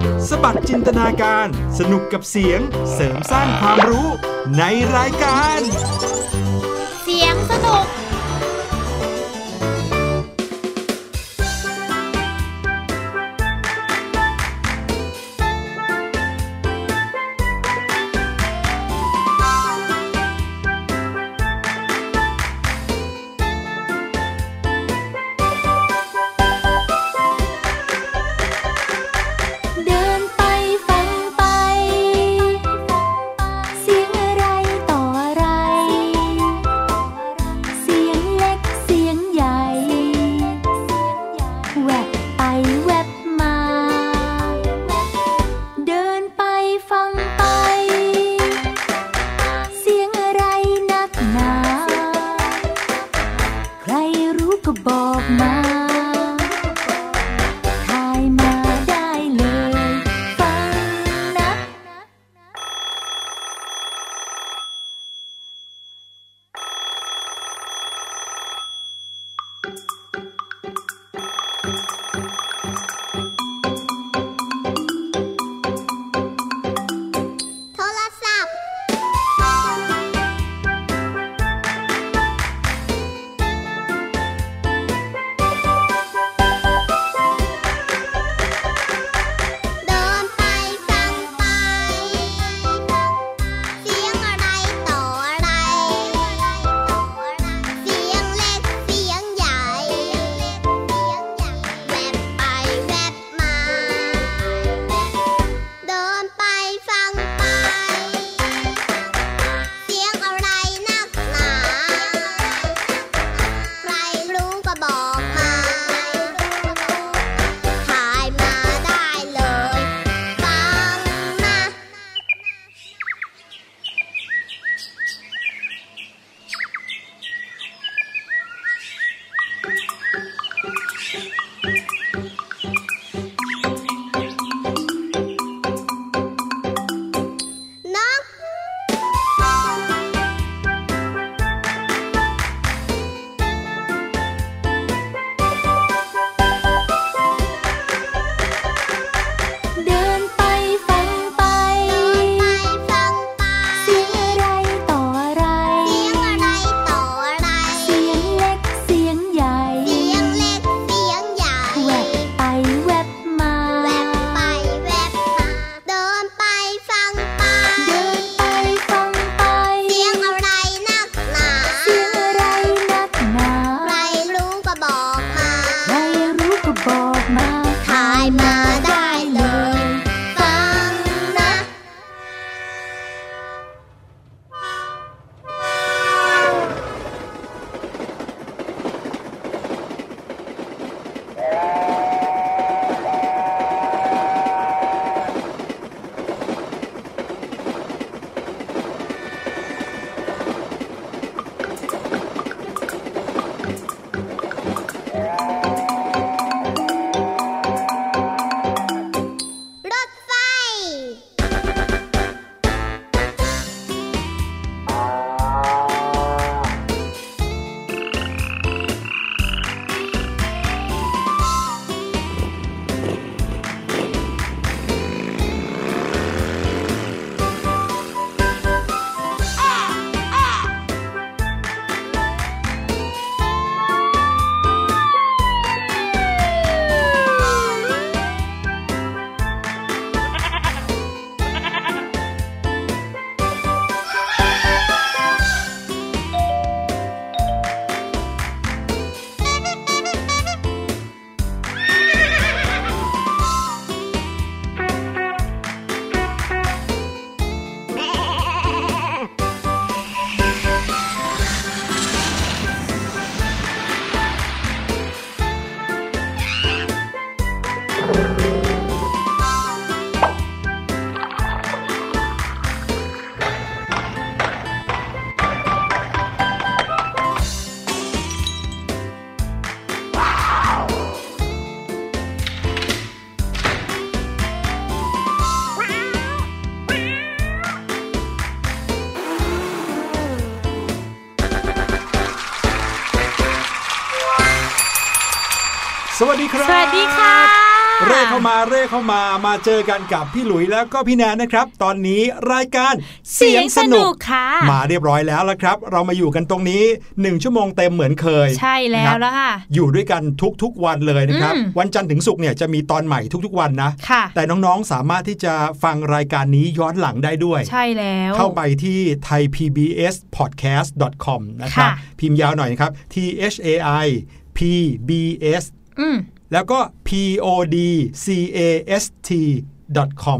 สบัดจินตนาการสนุกกับเสียงเสริมสร้างความรู้ในรายการเสียงสนุกสวัสดีครับสวัสดีค่ะเร่เข้ามามาเจอกันกับพี่หลุยแล้วก็พี่แนนนะครับตอนนี้รายการเสียงสนุกค่ะมาเรียบร้อยแล้วละครับเรามาอยู่กันตรงนี้1ชั่วโมงเต็มเหมือนเคยใช่แล้วล่ะค่ะอยู่ด้วยกันทุกวันเลยนะครับวันจันทร์ถึงศุกร์เนี่ยจะมีตอนใหม่ทุกๆวันนะแต่น้องๆสามารถที่จะฟังรายการนี้ย้อนหลังได้ด้วยใช่แล้วเข้าไปที่ thaipbspodcast.com นะครับพิมพ์ยาวหน่อยนะครับ THAIPBS แล้วก็ podcast.com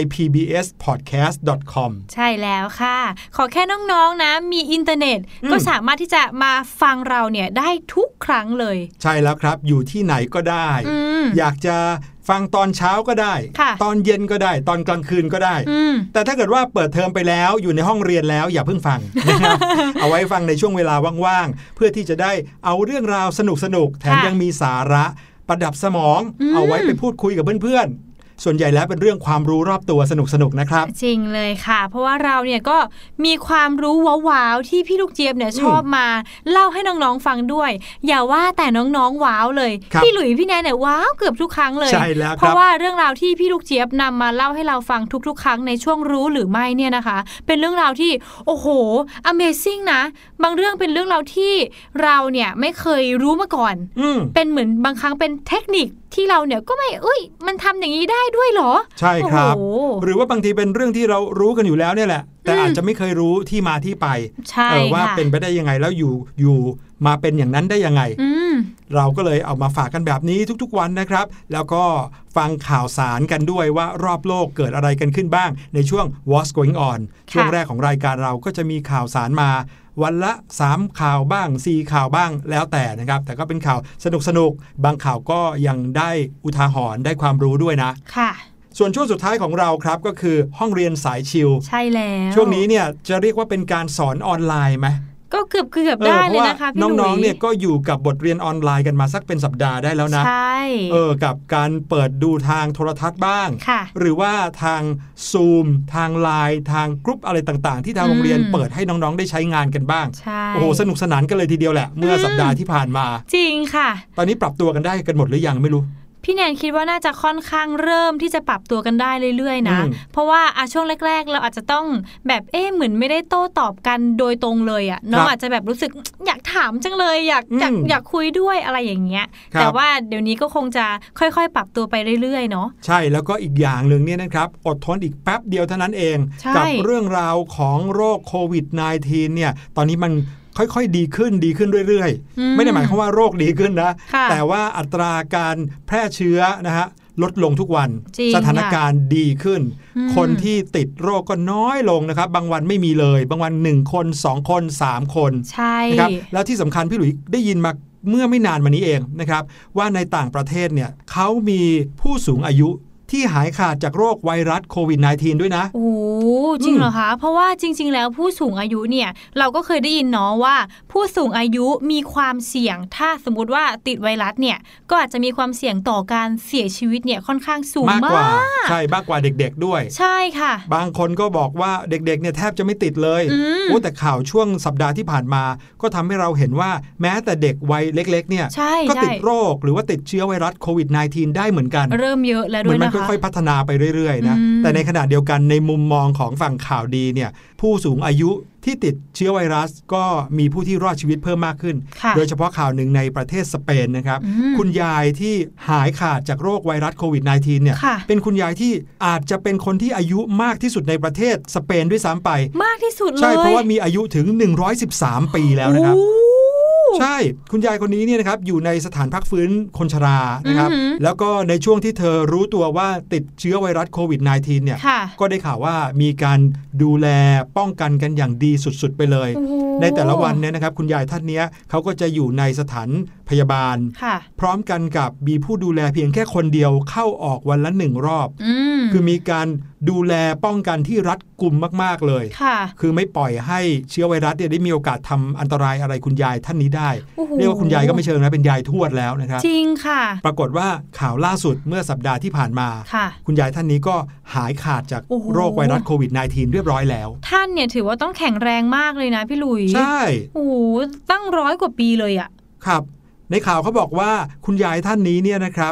thaipbspodcast.com ใช่แล้วค่ะขอแค่น้องๆนะมีอินเทอร์เน็ตก็สามารถที่จะมาฟังเราเนี่ยได้ทุกครั้งเลยใช่แล้วครับอยู่ที่ไหนก็ได้อยากจะฟังตอนเช้าก็ได้ตอนเย็นก็ได้ตอนกลางคืนก็ได้แต่ถ้าเกิดว่าเปิดเทอมไปแล้วอยู่ในห้องเรียนแล้วอย่าเพิ่งฟัง เอาไว้ฟังในช่วงเวลาว่างๆเพื่อที่จะได้เอาเรื่องราวสนุกๆแถมยังมีสาระประดับสมองเอาไว้ไปพูดคุยกับเพื่อนๆส่วนใหญ่แล้วเป็นเรื่องความรู้รอบตัวสนุกๆนะครับจริงเลยค่ะเพราะว่าเราเนี่ยก็มีความรู้ว้าวๆที่พี่ลูกเจี๊ยบเนี่ยชอบมาเล่าให้น้องๆฟังด้วยอย่าว่าแต่น้องๆว้าวเลยพี่หลุยพี่แนนเนี่ยว้าวเกือบทุกครั้งเลยใช่แล้วเพราะว่าเรื่องราวที่พี่ลูกเจี๊ยบนำมาเล่าให้เราฟังทุกๆครั้งในช่วงรู้หรือไม่เนี่ยนะคะเป็นเรื่องราวที่โอ้โห Amazing นะบางเรื่องเป็นเรื่องราวที่เราเนี่ยไม่เคยรู้มาก่อนเป็นเหมือนบางครั้งเป็นเทคนิคที่เราเนี่ยก็ไม่มันทำอย่างนี้ได้ด้วยเหรอใช่ครับหรือว่าบางทีเป็นเรื่องที่เรารู้กันอยู่แล้วเนี่ยแหละแต่อาจจะไม่เคยรู้ที่มาที่ไปว่าเป็นไปได้ยังไงแล้วอยู่มาเป็นอย่างนั้นได้ยังไงเราก็เลยเอามาฝากกันแบบนี้ทุกๆวันนะครับแล้วก็ฟังข่าวสารกันด้วยว่ารอบโลกเกิดอะไรกันขึ้นบ้างในช่วง What's Going On ช่วงแรกของรายการเราก็จะมีข่าวสารมาวันละ3ข่าวบ้าง4ข่าวบ้างแล้วแต่นะครับแต่ก็เป็นข่าวสนุกบางข่าวก็ยังได้อุทาหรณ์ได้ความรู้ด้วยนะค่ะส่วนช่วงสุดท้ายของเราครับก็คือห้องเรียนสายชิลใช่แล้วช่วงนี้เนี่ยจะเรียกว่าเป็นการสอนออนไลน์ไหมก็เกือบได้เลยนะคะพี่หลุยน้องๆเนี่ยก็อยู่กับบทเรียนออนไลน์กันมาสักเป็นสัปดาห์ได้แล้วนะใช่กับการเปิดดูทางโทรทัศน์บ้างหรือว่าทาง Zoom ทาง LINE ทางกรุ๊ปอะไรต่างๆที่ทางโรงเรียนเปิดให้น้องๆได้ใช้งานกันบ้างโอ้โหสนุกสนานกันเลยทีเดียวแหละเมื่อสัปดาห์ที่ผ่านมาจริงค่ะตอนนี้ปรับตัวกันได้กันหมดหรือยังไม่รู้พี่แนนคิดว่าน่าจะค่อนข้างเริ่มที่จะปรับตัวกันได้เรื่อยๆนะเพราะว่าช่วงแรกๆเราอาจจะต้องแบบเหมือนไม่ได้โต้ตอบกันโดยตรงเลยอ่ะน้องอาจจะแบบรู้สึกอยากถามจังเลยอยากคุยด้วยอะไรอย่างเงี้ยแต่ว่าเดี๋ยวนี้ก็คงจะค่อยๆปรับตัวไปเรื่อยๆเนาะใช่แล้วก็อีกอย่างนึงเนี่ยนะครับอดทนอีกแป๊บเดียวเท่านั้นเองกับเรื่องราวของโรคโควิด -19 เนี่ยตอนนี้มันค่อยๆดีขึ้นเรื่อยๆไม่ได้หมายความว่าโรคดีขึ้นนะแต่ว่าอัตราการแพร่เชื้อนะฮะลดลงทุกวันสถานการณ์ดีขึ้นคนที่ติดโรคก็น้อยลงนะครับบางวันไม่มีเลยบางวัน1คน2คน3คนนะครับแล้วที่สำคัญพี่หลุยได้ยินมาเมื่อไม่นานมานี้เองนะครับว่าในต่างประเทศเนี่ยเขามีผู้สูงอายุที่หายขาดจากโรคไวรัสโควิด -19 ด้วยนะโอ้จริงเหรอคะเพราะว่าจริงๆแล้วผู้สูงอายุเนี่ยเราก็เคยได้ยินเนาะว่าผู้สูงอายุมีความเสี่ยงถ้าสมมุติว่าติดไวรัสเนี่ยก็อาจจะมีความเสี่ยงต่อการเสียชีวิตเนี่ยค่อนข้างสูงมากใช่มากกว่าเด็กๆด้วยใช่ค่ะบางคนก็บอกว่าเด็กๆเนี่ยแทบจะไม่ติดเลยแต่ข่าวช่วงสัปดาห์ที่ผ่านมาก็ทำให้เราเห็นว่าแม้แต่เด็กวัยเล็กๆเนี่ยก็ติดโรคหรือว่าติดเชื้อไวรัสโควิด -19 ได้เหมือนกันเริ่มเยอะแล้วด้วยนะคะค่อยๆพัฒนาไปเรื่อยๆนะแต่ในขณะเดียวกันในมุมมองของฝั่งข่าวดีเนี่ยผู้สูงอายุที่ติดเชื้อไวรัสก็มีผู้ที่รอดชีวิตเพิ่มมากขึ้นโดยเฉพาะข่าวหนึ่งในประเทศสเปนนะครับคุณยายที่หายขาดจากโรคไวรัสโควิด -19 เนี่ยเป็นคุณยายที่อาจจะเป็นคนที่อายุมากที่สุดในประเทศสเปนด้วยซ้ำไปมากที่สุดเลยใช่เพราะว่ามีอายุถึง113ปีแล้วนะครับใช่คุณยายคนนี้เนี่ยนะครับอยู่ในสถานพักฟื้นคนชรานะครับแล้วก็ในช่วงที่เธอรู้ตัวว่าติดเชื้อไวรัสโควิด -19 เนี่ยก็ได้ข่าวว่ามีการดูแลป้องกันกันอย่างดีสุดๆไปเลยในแต่ละวันเนี่ยนะครับคุณยายท่านนี้เขาก็จะอยู่ในสถานพยาบาลพร้อมกันกับมีผู้ดูแลเพียงแค่คนเดียวเข้าออกวันละ1รอบคือมีการดูแลป้องกันที่รัดกุมมากๆเลยคือไม่ปล่อยให้เชื้อไวรัสเนี่ยได้มีโอกาสทำอันตรายอะไรคุณยายท่านนี้ได้เรียกว่าคุณยายก็ไม่เชิงนะเป็นยายทวดแล้วนะครับจริงค่ะปรากฏว่าข่าวล่าสุดเมื่อสัปดาห์ที่ผ่านมาคุณยายท่านนี้ก็หายขาดจากโรคไวรัสโควิด -19 เรียบร้อยแล้วท่านเนี่ยถือว่าต้องแข็งแรงมากเลยนะพี่ลุยใช่โอ้ตั้ง100 กว่าปีเลยอ่ะครับในข่าวเขาบอกว่าคุณยายท่านนี้เนี่ยนะครับ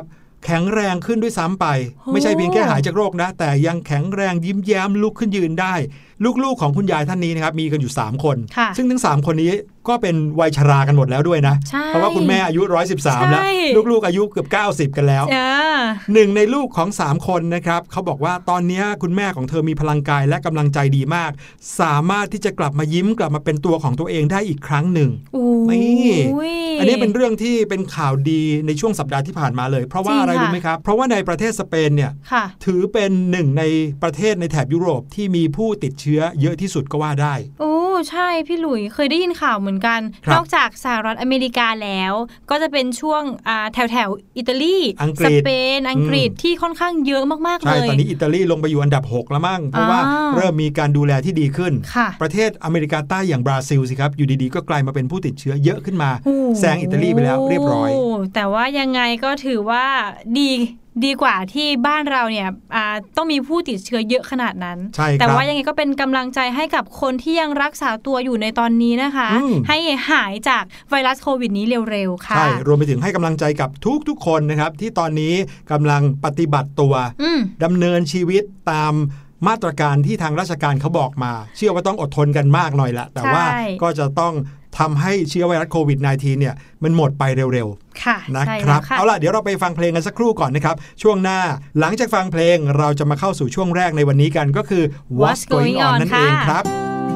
แข็งแรงขึ้นด้วยซ้ำไปไม่ใช่เพียงแค่หายจากโรคนะแต่ยังแข็งแรงยิ้มแย้มลุกขึ้นยืนได้ลูกๆของคุณยายท่านนี้นะครับมีกันอยู่3คนซึ่งทั้ง3คนนี้ก็เป็นวัยชรากันหมดแล้วด้วยนะเพราะว่าคุณแม่อายุ113แล้วลูกๆอายุเกือบ90กันแล้วหนึ่งในลูกของ3คนนะครับเขาบอกว่าตอนนี้คุณแม่ของเธอมีพลังกายและกำลังใจดีมากสามารถที่จะกลับมายิ้มกลับมาเป็นตัวของตัวเองได้อีกครั้งหนึ่งนี่อันนี้เป็นเรื่องที่เป็นข่าวดีในช่วงสัปดาห์ที่ผ่านมาเลยเพราะว่าอะไรรู้ไหมครับเพราะว่าในประเทศสเปนเนี่ยถือเป็นหนึ่งในประเทศในแถบยุโรปที่มีผู้ติดเชื้อเยอะที่สุดก็ว่าได้โอ้ใช่พี่หลุยเคยได้ยินข่าวเหมือนกันนอกจากสหรัฐอเมริกาแล้วก็จะเป็นช่วงแถวอิตาลีสเปนอังกฤษที่ค่อนข้างเยอะมากๆเลยใช่ตอนนี้อิตาลีลงไปอยู่อันดับ6แล้วมั้งเพราะว่าเริ่มมีการดูแลที่ดีขึ้นประเทศอเมริกาใต้อย่างบราซิลสิครับอยู่ดีๆก็กลายมาเป็นผู้ติดเชื้อเยอะขึ้นมาแซงอิตาลีไปแล้วเรียบร้อยแต่ว่ายังไงก็ถือว่าดีกว่าที่บ้านเราเนี่ยต้องมีผู้ติดเชื้อเยอะขนาดนั้นแต่ว่ายังไงก็เป็นกำลังใจให้กับคนที่ยังรักษาตัวอยู่ในตอนนี้นะคะให้หายจากไวรัสโควิดนี้เร็วๆค่ะใช่รวมไปถึงให้กำลังใจกับทุกคนนะครับที่ตอนนี้กำลังปฏิบัติตัวดำเนินชีวิตตามมาตรการที่ทางราชการเขาบอกมาเชื่อว่าต้องอดทนกันมากหน่อยละแต่ว่าก็จะต้องทำให้เชื้อไวรัสโควิด -19 เนี่ยมันหมดไปเร็วๆนะครับเอาล่ะเดี๋ยวเราไปฟังเพลงกันสักครู่ก่อนนะครับช่วงหน้าหลังจากฟังเพลงเราจะมาเข้าสู่ช่วงแรกในวันนี้กันก็คือ What's Going On นั่นเองครับ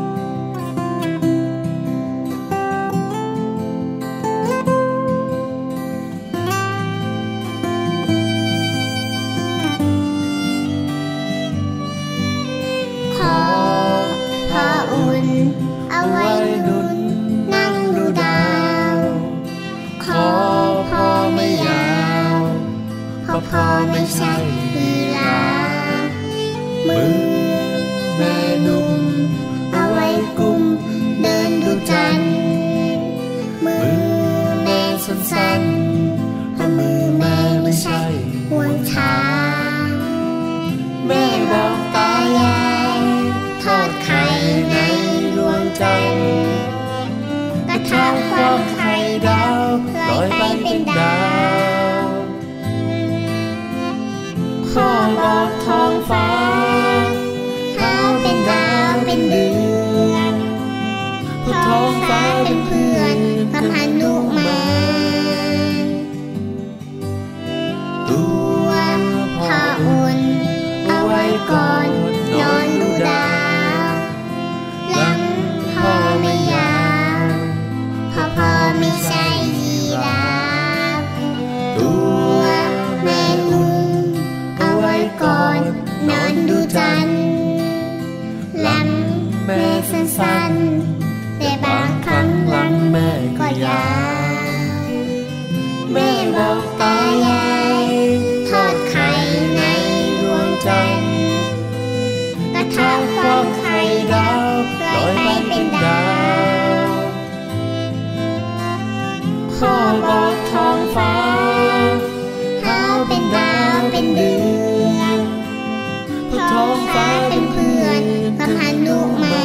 พอไม่ใช่ลีลามือแม่นุ่มเอาไว้กุมเดินดูจันมือแม่สั้นๆเพราะมือแม่ไม่ใช่ห่วงช้างแม่บอกตายายทอดไข่ในดวงจันทร์กระทะความไข่ดาวลอยไปเป็นดาวพ่อบอกท้องฟ้าขาวเป็นดาวเป็นเดือนท้องฟ้าเป็นเพื่อนกับหนุมานตัวพ่ออุ่นเอาไว้ก่อนนอนดูดาวหลังพ่อไม่ยาวพ่อไม่ใช่ยีราฟตัวแม่นุ่มก่อนนอนดูจันทร์หลังแม่สั้นๆแต่บางครั้งหลังแม่ก็ยาวแม่บอกตายายทอดไข่ในดวงจันทร์กระทะฟองไข่ดาวลอยไปเป็นดาวพ่อบอกท้องฟ้าขาวเป็นดาวเป็นเดือนท้องฟ้าเป็นเพื่อนกับหนุมาน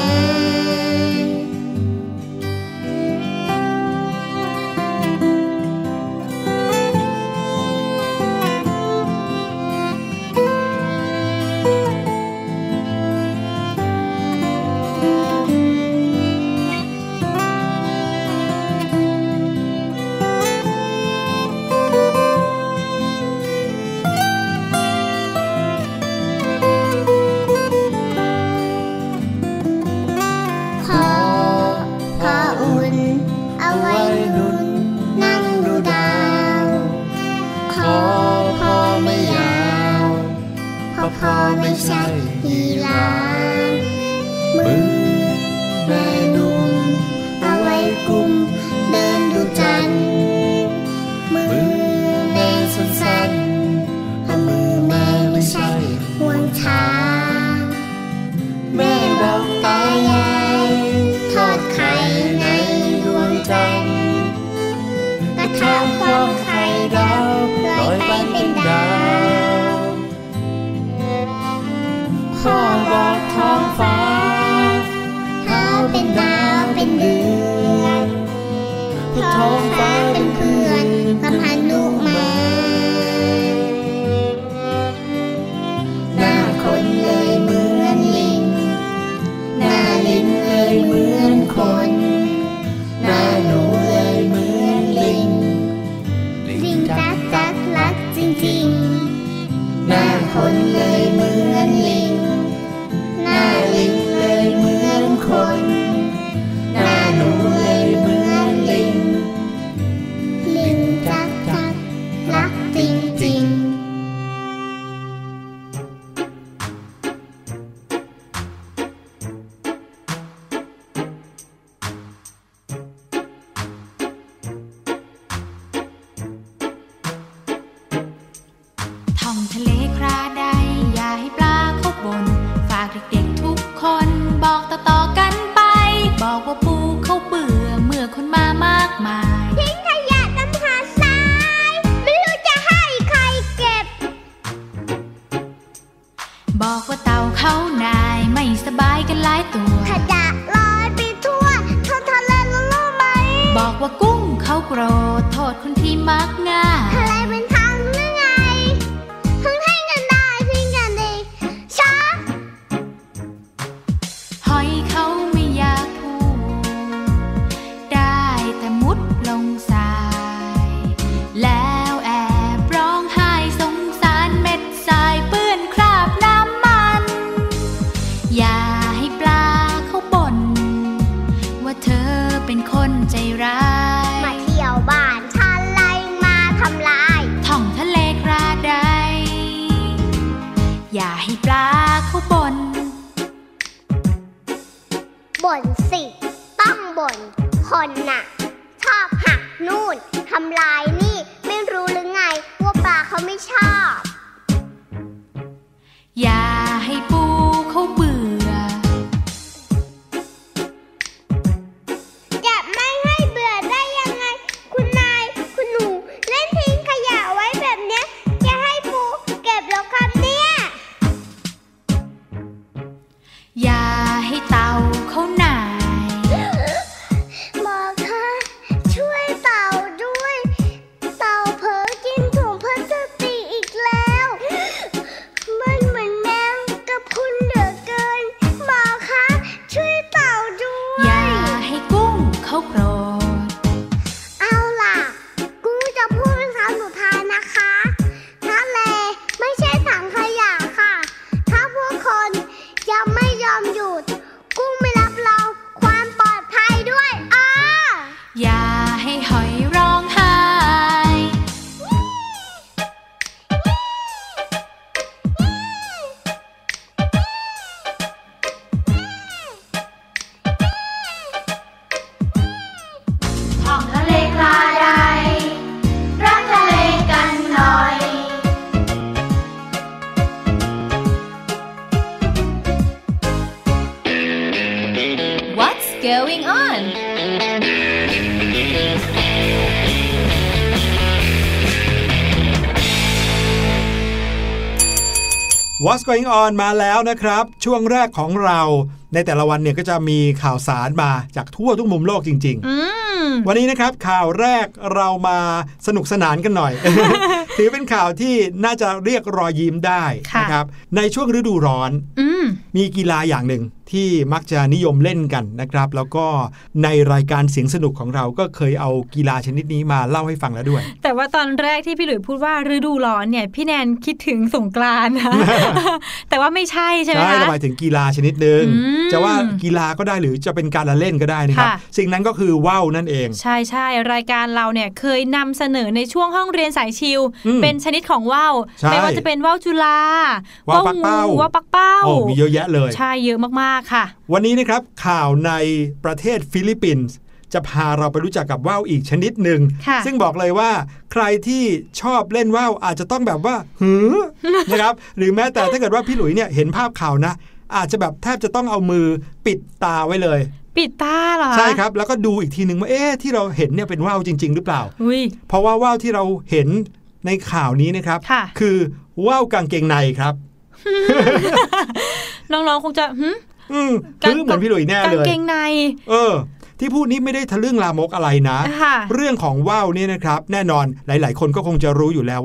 พ่อไม่ใช่ลีลามือแม่นุ่มเอาไว้กุมเดินดูจันทร์มือแม่สั้นๆเพราะมือแม่ไม่ใช่ห่วงช้างแม่บอกตายายทอดไข่ในดวงจันทร์กระทะฟองไข่ดาวลอยไปเป็นดาวพ่อบอกท้องฟ้าขาวเป็นหน้าคนเลยเหมือนลิงหน้าลิงเลยเหมือนคนหน้าหนูเลยเหมือนลิงลิงจักจักรักจริงจริงท่องทะเลคราใดอย่าให้ปลาเข้าบนฝากเด็กๆทุกคนบอกต่อๆกันไปบอกว่าปูเขาเบื่อเมื่อคนมามากมายทิ้งขยะน้ำหาทรายไม่รู้จะให้ใครเก็บบอกว่าเต่าเขานายไม่สบายกันหลายตัวขยะลอยไปทั่วท้องทะเลรู้ไหมบอกว่ากุ้งเขาโกรธโทษคนที่มักง่ายทะเลเป็นทางหรือไงทั้งทิ้งกันได้ทิ้งกันดีช้าหอยเขาไม่อยากพูดได้แต่มุดลงทรายแล้วแอบร้องไห้สงสารเม็ดทรายเปื้อนคราบน้ำมันอย่าให้ปลาเขาบ่นว่าเธอเป็นคนใจร้ายมาเที่ยวบ้านฉันไล่มาทำลายท่องทะเลคราใดอย่าให้ปลาเขาบ่นบ่นสิต้องบ่นคนน่ะชอบหักนู่นทำลายนี่ไม่รู้หรือไงว่าปลาเขาไม่ชอบอย่าให้ปูเขาเบื่อจะไม่ให้เบื่อได้ยังไงคุณนายคุณหนูเล่นทิ้งขยะไว้แบบเนี้ยจะให้ปูเก็บแล้วครับเนี่ยอย่าให้เต่าเขาหน่ายหมอคะช่วยเต่าด้วยเต่าเผลอกินถุงพลาสติกอีกแล้วมันเหมือนแมงกะพรุนเหลือเกินหมอคะช่วยเต่าด้วยอย่าให้กุ้งเขาโกรธเอาล่ะกูจะพูดเป็นคำสุดท้ายนะคะทะเลไม่ใช่ถังขยะค่ะถ้าพวกคนยังไม่ยอมหยุดกุ้งไม่รับรองความปลอดภัยด้วยอย่าให้หอยร้องไห้ท่องทะเลคราใดรักทะเลกันหน่อย What's going on? What's going on มาแล้วนะครับช่วงแรกของเราในแต่ละวันเนี่ยก็จะมีข่าวสารมาจากทั่วทุกมุมโลกจริงๆวันนี้นะครับข่าวแรกเรามาสนุกสนานกันหน่อย ถือเป็นข่าวที่น่าจะเรียกรอยยิ้มได้นะครับในช่วงฤดูร้อนมีกีฬาอย่างหนึ่งที่มักจะนิยมเล่นกันนะครับแล้วก็ในรายการเสียงสนุกของเราก็เคยเอากีฬาชนิดนี้มาเล่าให้ฟังแล้วด้วยแต่ว่าตอนแรกที่พี่หลุยพูดว่าฤดูร้อนเนี่ยพี่แนนคิดถึงสงกรานต์นะ แต่ว่าไม่ใช่ใช่ไหมคะใช่หมายถึงกีฬาชนิดนึงจะว่ากีฬาก็ได้หรือจะเป็นการละเล่นก็ได้นะครับสิ่งนั้นก็คือว่าวนั่นเองใช่ใช่รายการเราเนี่ยเคยนำเสนอในช่วงห้องเรียนสายชิลเป็นชนิดของว่าวไม่ว่าจะเป็นว่าวจุฬาว่าวปักเป้าว่าวปักเป้ามีเยอะแยะเลยใช่เยอะมากๆค่ะวันนี้นะครับข่าวในประเทศฟิลิปปินส์จะพาเราไปรู้จักกับว่าวอีกชนิดหนึ่งซึ่งบอกเลยว่าใครที่ชอบเล่นว่าวอาจจะต้องแบบว่านะครับหรือแม้แต่ถ้าเกิดว่าพี่หลุยเนี่ยเห็นภาพข่าวนะอาจจะแบบแทบจะต้องเอามือปิดตาไว้เลยปิดตาเหรอใช่ครับแล้วก็ดูอีกทีนึงว่าที่เราเห็นเนี่ยเป็นว่าวจริงๆหรือเปล่าเพราะว่าว่าวที่เราเห็นในข่าวนี้นะครับคือว่าวกางเกงในครับน้องๆคงจะคือเหมือนพี่หลุยแน่เลยกางเกงในที่พูดนี้ไม่ได้ทะลึ่งลามกอะไรนะเรื่องของว่าวนี่นะครับแน่นอนหลายๆคนก็คงจะรู้อยู่แล้วว่า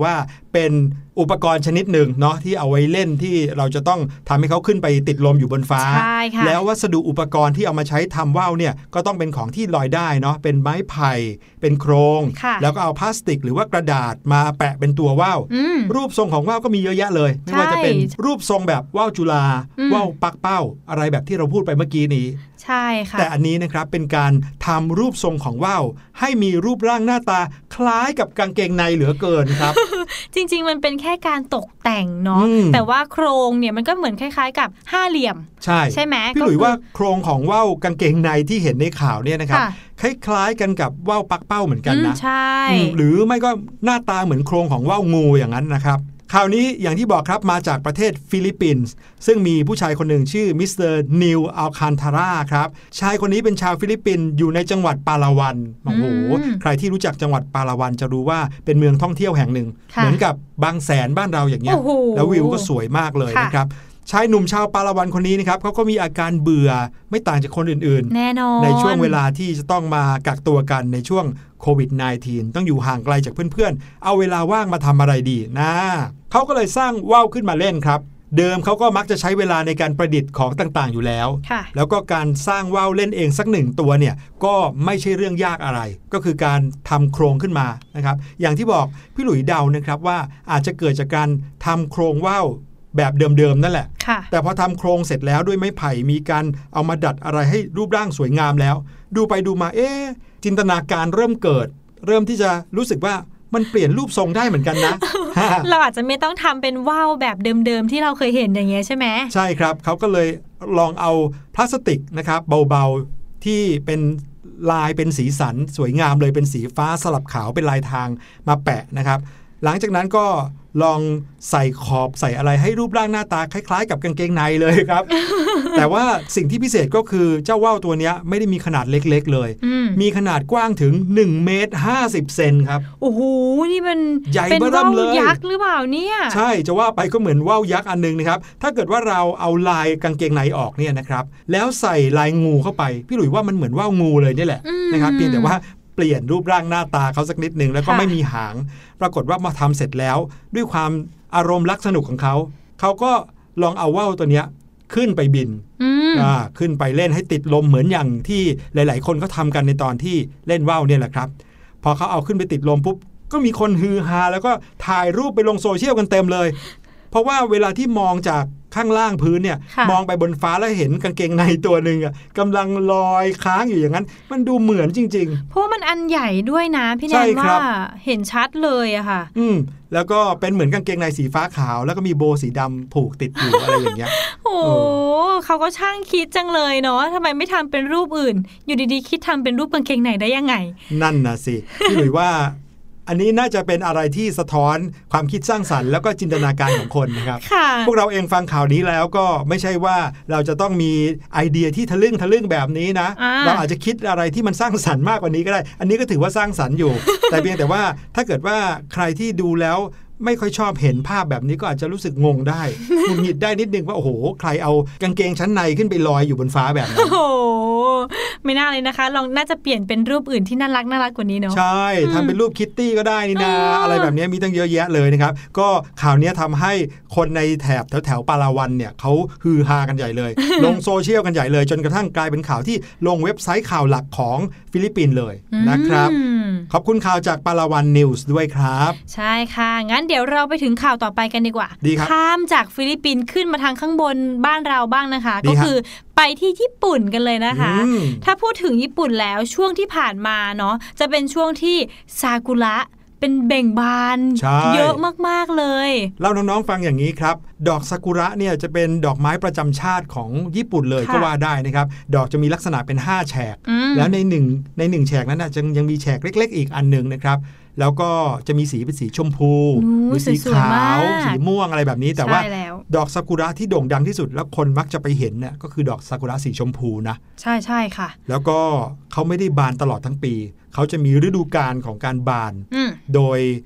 เป็นอุปกรณ์ชนิดหนึ่งเนาะที่เอาไว้เล่นที่เราจะต้องทำให้เขาขึ้นไปติดลมอยู่บนฟ้าแล้ววัสดุอุปกรณ์ที่เอามาใช้ทำว่าวเนี่ยก็ต้องเป็นของที่ลอยได้เนาะเป็นไม้ไผ่เป็นโครงแล้วก็เอาพลาสติกหรือว่ากระดาษมาแปะเป็นตัวว่าวรูปทรงของว่าวก็มีเยอะแยะเลยไม่ว่าจะเป็นรูปทรงแบบว่าวจุฬาว่าวปักเป้าอะไรแบบที่เราพูดไปเมื่อกี้นี้ใช่ค่ะแต่อันนี้นะครับเป็นการทำรูปทรงของว่าวให้มีรูปร่างหน้าตาคล้ายกับกางเกงในเหลือเกินครับจริงๆมันเป็นแค่การตกแต่งเนาะแต่ว่าโครงเนี่ยมันก็เหมือนคล้ายๆกับห้าเหลี่ยมใช่ไหมพี่หลุยว่าโครงของว่าวกางเกงในที่เห็นในข่าวเนี่ยนะครับคล้ายๆกันกับว่าวปักเป้าเหมือนกันนะใช่หรือไม่ก็หน้าตาเหมือนโครงของว่าวงูอย่างนั้นนะครับข่าวนี้อย่างที่บอกครับมาจากประเทศฟิลิปปินส์ซึ่งมีผู้ชายคนหนึ่งชื่อมิสเตอร์นิวอัลคันทาราครับชายคนนี้เป็นชาวฟิลิปปินส์อยู่ในจังหวัดปาลาวันโอ้โหใครที่รู้จักจังหวัดปาลาวันจะรู้ว่าเป็นเมืองท่องเที่ยวแห่งหนึ่งเหมือนกับบางแสนบ้านเราอย่างเงี้ยแล้ววิวก็สวยมากเลยนะครับชายหนุ่มชาวปาลาวันคนนี้นะครับเขาก็มีอาการเบื่อไม่ต่างจากคนอื่นๆแน่นอนในช่วงเวลาที่จะต้องมากักตัวกันในช่วงโควิด -19 ต้องอยู่ห่างไกลจากเพื่อนๆเอาเวลาว่างมาทำอะไรดีนะเขาก็เลยสร้างว่าวขึ้นมาเล่นครับเดิมเขาก็มักจะใช้เวลาในการประดิษฐ์ของต่างๆอยู่แล้วแล้วก็การสร้างว่าวเล่นเองสักหนึ่งตัวเนี่ยก็ไม่ใช่เรื่องยากอะไรก็คือการทำโครงขึ้นมานะครับอย่างที่บอกพี่หลุยเดานะครับว่าอาจจะเกิดจากการทำโครงว่าวแบบเดิมๆนั่นแหละแต่พอทำโครงเสร็จแล้วด้วยไม้ไผ่มีการเอามาดัดอะไรให้รูปร่างสวยงามแล้วดูไปดูมาจินตนาการเริ่มเกิดเริ่มที่จะรู้สึกว่ามันเปลี่ยนรูปทรงได้เหมือนกันนะเราอาจจะไม่ต้องทำเป็นว่าวแบบเดิมๆที่เราเคยเห็นอย่างเงี้ยใช่ไหมใช่ครับเขาก็เลยลองเอาพลาสติกนะครับเบาๆที่เป็นลายเป็นสีสันสวยงามเลยเป็นสีฟ้าสลับขาวเป็นลายทางมาแปะนะครับหลังจากนั้นก็ลองใส่ขอบใส่อะไรให้รูปร่างหน้าตาคล้ายๆกับกางเกงในเลยครับ แต่ว่าสิ่งที่พิเศษก็คือเจ้าว่าวตัวนี้ไม่ได้มีขนาดเล็กๆเลยมีขนาดกว้างถึง1 เมตร 50 เซนครับโอ้โหนี่มันใหญ่เบ้อเริ่มเลยยักษ์หรือเปล่าเนี่ยใช่จะว่าไปก็เหมือนว่าวยักษ์อันนึงนะครับถ้าเกิดว่าเราเอาลายกางเกงในออกเนี่ยนะครับแล้วใส่ลายงูเข้าไปพี่หลุยว่ามันเหมือนว่าวงูเลยนี่แหละนะครับเพียงแต่ว่าเปลี่ยนรูปร่างหน้าตาเขาสักนิดนึงแล้วก็ไม่มีหางปรากฏว่ามาทำเสร็จแล้วด้วยความอารมณ์รักสนุกของเขาก็ลองเอาว่าวตัวเนี้ยขึ้นไปบินขึ้นไปเล่นให้ติดลมเหมือนอย่างที่หลายๆคนเขาทำกันในตอนที่เล่นว่าวเนี่ยแหละครับพอเขาเอาขึ้นไปติดลมปุ๊บก็มีคนฮือฮาแล้วก็ถ่ายรูปไปลงโซเชียลกันเต็มเลยเพราะว่าเวลาที่มองจากข้างล่างพื้นเนี่ยมองไปบนฟ้าแล้วเห็นกางเกงในตัวนึงกำลังลอยค้างอยู่อย่างนั้นมันดูเหมือนจริงๆเพราะมันอันใหญ่ด้วยนะพี่แนนว่าเห็นชัดเลยอะค่ะแล้วก็เป็นเหมือนกางเกงในสีฟ้าขาวแล้วก็มีโบสีดำผูกติดอยู่ อะไรอย่างเงี้ยโอ้เขาก็ช่างคิดจังเลยเนาะทำไมไม่ทำเป็นรูปอื่นอยู่ดีๆคิดทำเป็นรูปกางเกงในได้ยังไงนั่นนะสิพี่หลุยว่าอันนี้น่าจะเป็นอะไรที่สะท้อนความคิดสร้างสรรค์แล้วก็จินตนาการของคนนะครับพวกเราเองฟังข่าวนี้แล้วก็ไม่ใช่ว่าเราจะต้องมีไอเดียที่ทะลึ่งแบบนี้นะเราอาจจะคิดอะไรที่มันสร้างสรรค์มากกว่านี้ก็ได้อันนี้ก็ถือว่าสร้างสรรค์อยู่ แต่เพียงแต่ว่าถ้าเกิดว่าใครที่ดูแล้วไม่ค่อยชอบเห็นภาพแบบนี้ก็อาจจะรู้สึกงงได้หงุดหงิดได้นิดนึงว่าโอ้โหใครเอากางเกงชั้นในขึ้นไปลอยอยู่บนฟ้าแบบนั้นโอ้โหไม่น่าเลยนะคะลองน่าจะเปลี่ยนเป็นรูปอื่นที่น่ารักกว่านี้เนาะใช่ทำเป็นรูปคิตตี้ก็ได้นี่นะอะไรแบบนี้มีตั้งเยอะแยะเลยนะครับก็ข่าวนี้ทำให้คนในแถวปาลาวันเนี่ยเขาฮือฮากันใหญ่เลย ลงโซเชียลกันใหญ่เลยจนกระทั่งกลายเป็นข่าวที่ลงเว็บไซต์ข่าวหลักของฟิลิปปินส์เลยนะครับขอบคุณข่าวจากปาลาวันนิวส์ด้วยครับใช่ค่ะงั้นเดี๋ยวเราไปถึงข่าวต่อไปกันดีกว่าข้ามจากฟิลิปปินส์ขึ้นมาทางข้างบนบ้านเราบ้างนะคะก็คือไปที่ญี่ปุ่นกันเลยนะคะถ้าพูดถึงญี่ปุ่นแล้วช่วงที่ผ่านมาเนาะจะเป็นช่วงที่ซากุระเป็นเบ่งบานเยอะมากๆเลยเล่าน้องๆฟังอย่างนี้ครับดอกซากุระเนี่ยจะเป็นดอกไม้ประจำชาติของญี่ปุ่นเลยก็ว่าได้นะครับดอกจะมีลักษณะเป็น5แฉกแล้วใน1แฉกนั้นยังมีแฉกเล็กๆอีกอันนึงนะครับแล้วก็จะมีสีเป็นสีชมพูหรือสีขาวสีม่วงอะไรแบบนี้แต่ว่าดอกซากุระที่โด่งดังที่สุดแล้วคนมักจะไปเห็นเนี่ยก็คือดอกซากุระสีชมพูนะใช่ค่ะแล้วก็เขาไม่ได้บานตลอดทั้งปีเขาจะมีฤดูกาลของการบานโดย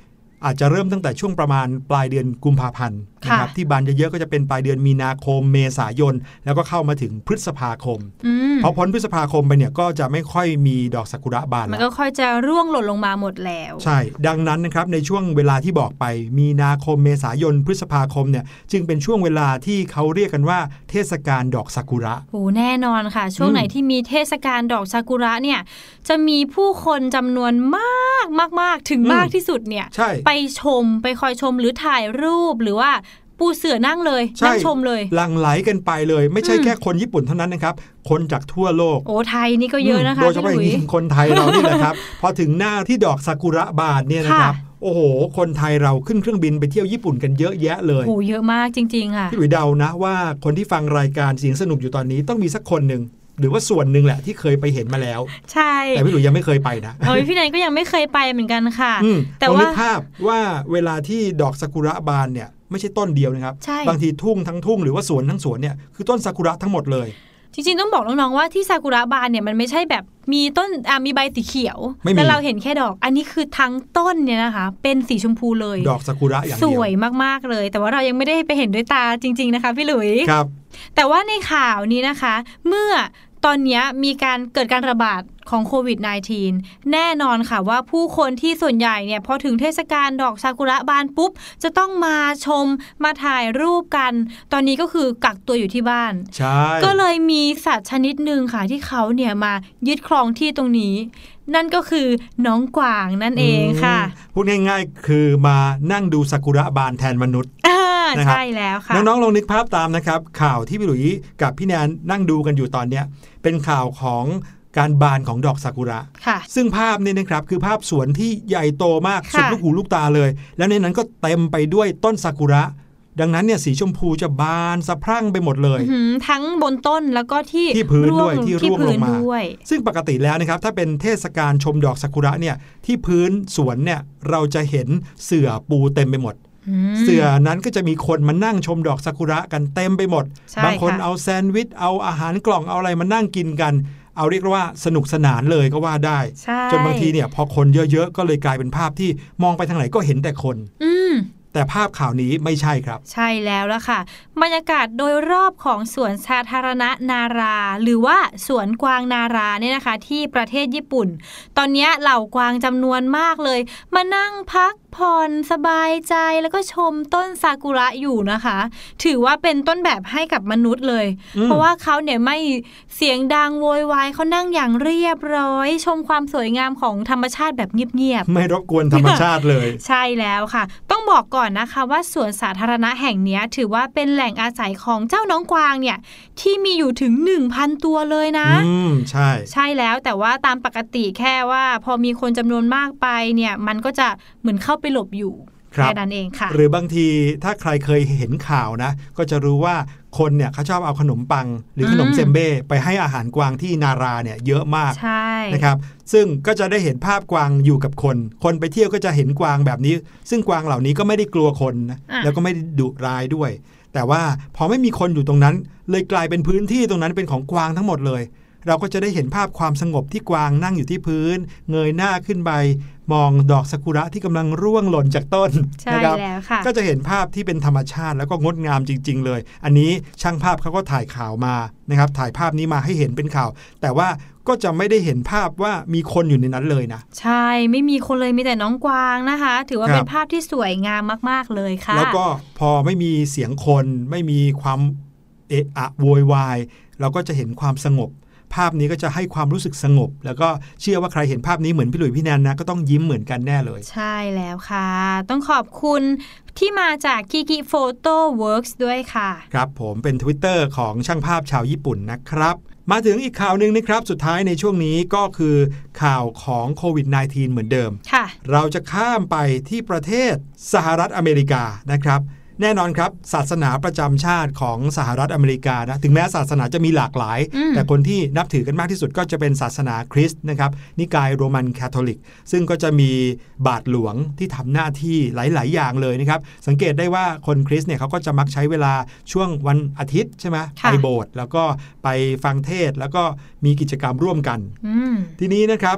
อาจจะเริ่มตั้งแต่ช่วงประมาณปลายเดือนกุมภาพันธ์นะครับที่บานเยอะๆก็จะเป็นปลายเดือนมีนาคมเมษายนแล้วก็เข้ามาถึงพฤษภาคมพอพ้นพฤษภาคมไปเนี่ยก็จะไม่ค่อยมีดอกซากุระบานมันก็ค่อยจะร่วงหล่นลงมาหมดแล้วใช่ดังนั้นนะครับในช่วงเวลาที่บอกไปมีนาคมเมษายนพฤษภาคมเนี่ยจึงเป็นช่วงเวลาที่เขาเรียกกันว่าเทศกาลดอกซากุระโอ้แน่นอนค่ะช่วงไหนที่มีเทศกาลดอกซากุระเนี่ยจะมีผู้คนจำนวนมากถึงมากที่สุดเนี่ยไปคอยชมหรือถ่ายรูปหรือว่าปูเสื่อนั่งเลยนั่งชมเลยหลั่งไหลกันไปเลยไม่ใช่แค่คนญี่ปุ่นเท่านั้นนะครับคนจากทั่วโลกโอ้ไทยนี่ก็เยอะนะคะโดยเฉพาะอย่างยิ่งคนไทยเรานี่แหละครับพอถึงหน้าที่ดอกซากุระบานเนี่ยนะครับโอ้โหคนไทยเราขึ้นเครื่องบินไปเที่ยวญี่ปุ่นกันเยอะแยะเลยโอ้เยอะมากจริงๆค่ะพี่หลุยเดานะว่าคนที่ฟังรายการเสียงสนุกอยู่ตอนนี้ต้องมีสักคนนึงหรือว่าส่วนหนึ่งแหละที่เคยไปเห็นมาแล้วใช่แต่พี่หลุยยังไม่เคยไปนะพี่แนนก็ยังไม่เคยไปเหมือนกันค่ะแต่ว่านึกภาพว่าเวลาที่ดอกซากุระบานเนี่ยไม่ใช่ต้นเดียวนะครับบางทีทุ่งทั้งทุ่งหรือว่าสวนทั้งสวนเนี่ยคือต้นซากุระทั้งหมดเลยจริงๆต้องบอกน้องๆว่าที่ซากุระบานเนี่ยมันไม่ใช่แบบมีต้นมีใบสีเขียวแต่เราเห็นแค่ดอกอันนี้คือทั้งต้นเนี่ยนะคะเป็นสีชมพูเลยดอกซากุระอย่างเดียวสวยมากๆเลยแต่ว่าเรายังไม่ได้ไปเห็นด้วยตาจริงๆนะคะพี่หลุยครับแต่ว่าในข่าวนี้นะคะเมื่อตอนนี้มีการเกิดการระบาดของโควิด -19 แน่นอนค่ะว่าผู้คนที่ส่วนใหญ่เนี่ยพอถึงเทศกาลดอกซากุระบานปุ๊บจะต้องมาชมมาถ่ายรูปกันตอนนี้ก็คือกักตัวอยู่ที่บ้านใช่ก็เลยมีสัตว์ชนิดหนึ่งค่ะที่เขาเนี่ยมายึดครองที่ตรงนี้นั่นก็คือน้องกวางนั่นเองค่ะพูดง่ายๆคือมานั่งดูซากุระบานแทนมนุษย์ใช่แล้วค่ะน้องๆลองนึกภาพตามนะครับข่าวที่พี่หลุยกับพี่แนนนั่งดูกันอยู่ตอนเนี้ยเป็นข่าวของการบานของดอกซากุระซึ่งภาพนี่นะครับคือภาพสวนที่ใหญ่โตมากสุดลูกหูลูกตาเลยแล้วในนั้นก็เต็มไปด้วยต้นซากุระดังนั้นเนี่ยสีชมพูจะบานสะพรั่งไปหมดเลยทั้งบนต้นแล้วก็ที่พื้นด้วยที่ร่วงลงมาซึ่งปกติแล้วนะครับถ้าเป็นเทศกาลชมดอกซากุระเนี่ยที่พื้นสวนเนี่ยเราจะเห็นเสื่อปูเต็มไปหมดเสื่อนั้นก็จะมีคนมานั่งชมดอกซากุระกันเต็มไปหมดบางคนเอาแซนด์วิชเอาอาหารกล่องเอาอะไรมานั่งกินกันเอาเรียกว่าสนุกสนานเลยก็ว่าได้จนบางทีเนี่ยพอคนเยอะๆก็เลยกลายเป็นภาพที่มองไปทางไหนก็เห็นแต่คนแต่ภาพข่าวนี้ไม่ใช่ครับใช่แล้วล่ะค่ะบรรยากาศโดยรอบของสวนสาธารณะนาราหรือว่าสวนกวางนาราเนี่ยนะคะที่ประเทศญี่ปุ่นตอนนี้เหล่ากวางจำนวนมากเลยมานั่งพักผ่อนสบายใจแล้วก็ชมต้นซากุระอยู่นะคะถือว่าเป็นต้นแบบให้กับมนุษย์เลยเพราะว่าเขาเนี่ยไม่เสียงดังโวยวายเขานั่งอย่างเรียบร้อยชมความสวยงามของธรรมชาติแบบเงียบๆไม่รบกวนธรรมชาติเลยใช่แล้วค่ะต้องบอกก่อนนะคะว่าสวนสาธารณะแห่งนี้ถือว่าเป็นแหล่งอาศัยของเจ้าน้องกวางเนี่ยที่มีอยู่ถึง 1,000 ตัวเลยนะใช่แล้วแต่ว่าตามปกติแค่ว่าพอมีคนจำนวนมากไปเนี่ยมันก็จะเหมือนเข้าไปหลบอยู่แค่นั้นเองค่ะหรือบางทีถ้าใครเคยเห็นข่าวนะก็จะรู้ว่าคนเนี่ยเขาชอบเอาขนมปังหรือขนมเซมเบ้ไปให้อาหารกวางที่นาราเนี่ยเยอะมากนะครับซึ่งก็จะได้เห็นภาพกวางอยู่กับคนไปเที่ยวก็จะเห็นกวางแบบนี้ซึ่งกวางเหล่านี้ก็ไม่ได้กลัวคนนะแล้วก็ไม่ได้ดุร้ายด้วยแต่ว่าพอไม่มีคนอยู่ตรงนั้นเลยกลายเป็นพื้นที่ตรงนั้นเป็นของกวางทั้งหมดเลยเราก็จะได้เห็นภาพความสงบที่กวางนั่งอยู่ที่พื้นเงยหน้าขึ้นไปมองดอกซากุระที่กำลังร่วงหล่นจากต้นนะครับก็จะเห็นภาพที่เป็นธรรมชาติแล้วก็งดงามจริงๆเลยอันนี้ช่างภาพเขาก็ถ่ายข่าวมานะครับถ่ายภาพนี้มาให้เห็นเป็นข่าวแต่ว่าก็จะไม่ได้เห็นภาพว่ามีคนอยู่ในนั้นเลยนะใช่ไม่มีคนเลยมีแต่น้องกวางนะคะถือว่าเป็นภาพที่สวยงามมากๆเลยค่ะแล้วก็พอไม่มีเสียงคนไม่มีความเอะอะโวยวายเราก็จะเห็นความสงบภาพนี้ก็จะให้ความรู้สึกสงบแล้วก็เชื่อว่าใครเห็นภาพนี้เหมือนพี่หลุยพี่แนนนะก็ต้องยิ้มเหมือนกันแน่เลยใช่แล้วค่ะต้องขอบคุณที่มาจาก Kiki Photo Works ด้วยค่ะครับผมเป็น Twitter ของช่างภาพชาวญี่ปุ่นนะครับมาถึงอีกข่าวนึงนะครับสุดท้ายในช่วงนี้ก็คือข่าวของโควิด -19 เหมือนเดิมเราจะข้ามไปที่ประเทศสหรัฐอเมริกานะครับแน่นอนครับศาสนาประจำชาติของสหรัฐอเมริกานะถึงแม้ศาสนาจะมีหลากหลายแต่คนที่นับถือกันมากที่สุดก็จะเป็นศาสนาคริสต์นะครับนิกายโรมันคาทอลิกซึ่งก็จะมีบาทหลวงที่ทำหน้าที่หลายๆอย่างเลยนะครับสังเกตได้ว่าคนคริสต์เนี่ยเขาก็จะมักใช้เวลาช่วงวันอาทิตย์ใช่ไหมไปโบสถ์แล้วก็ไปฟังเทศน์แล้วก็มีกิจกรรมร่วมกันทีนี้นะครับ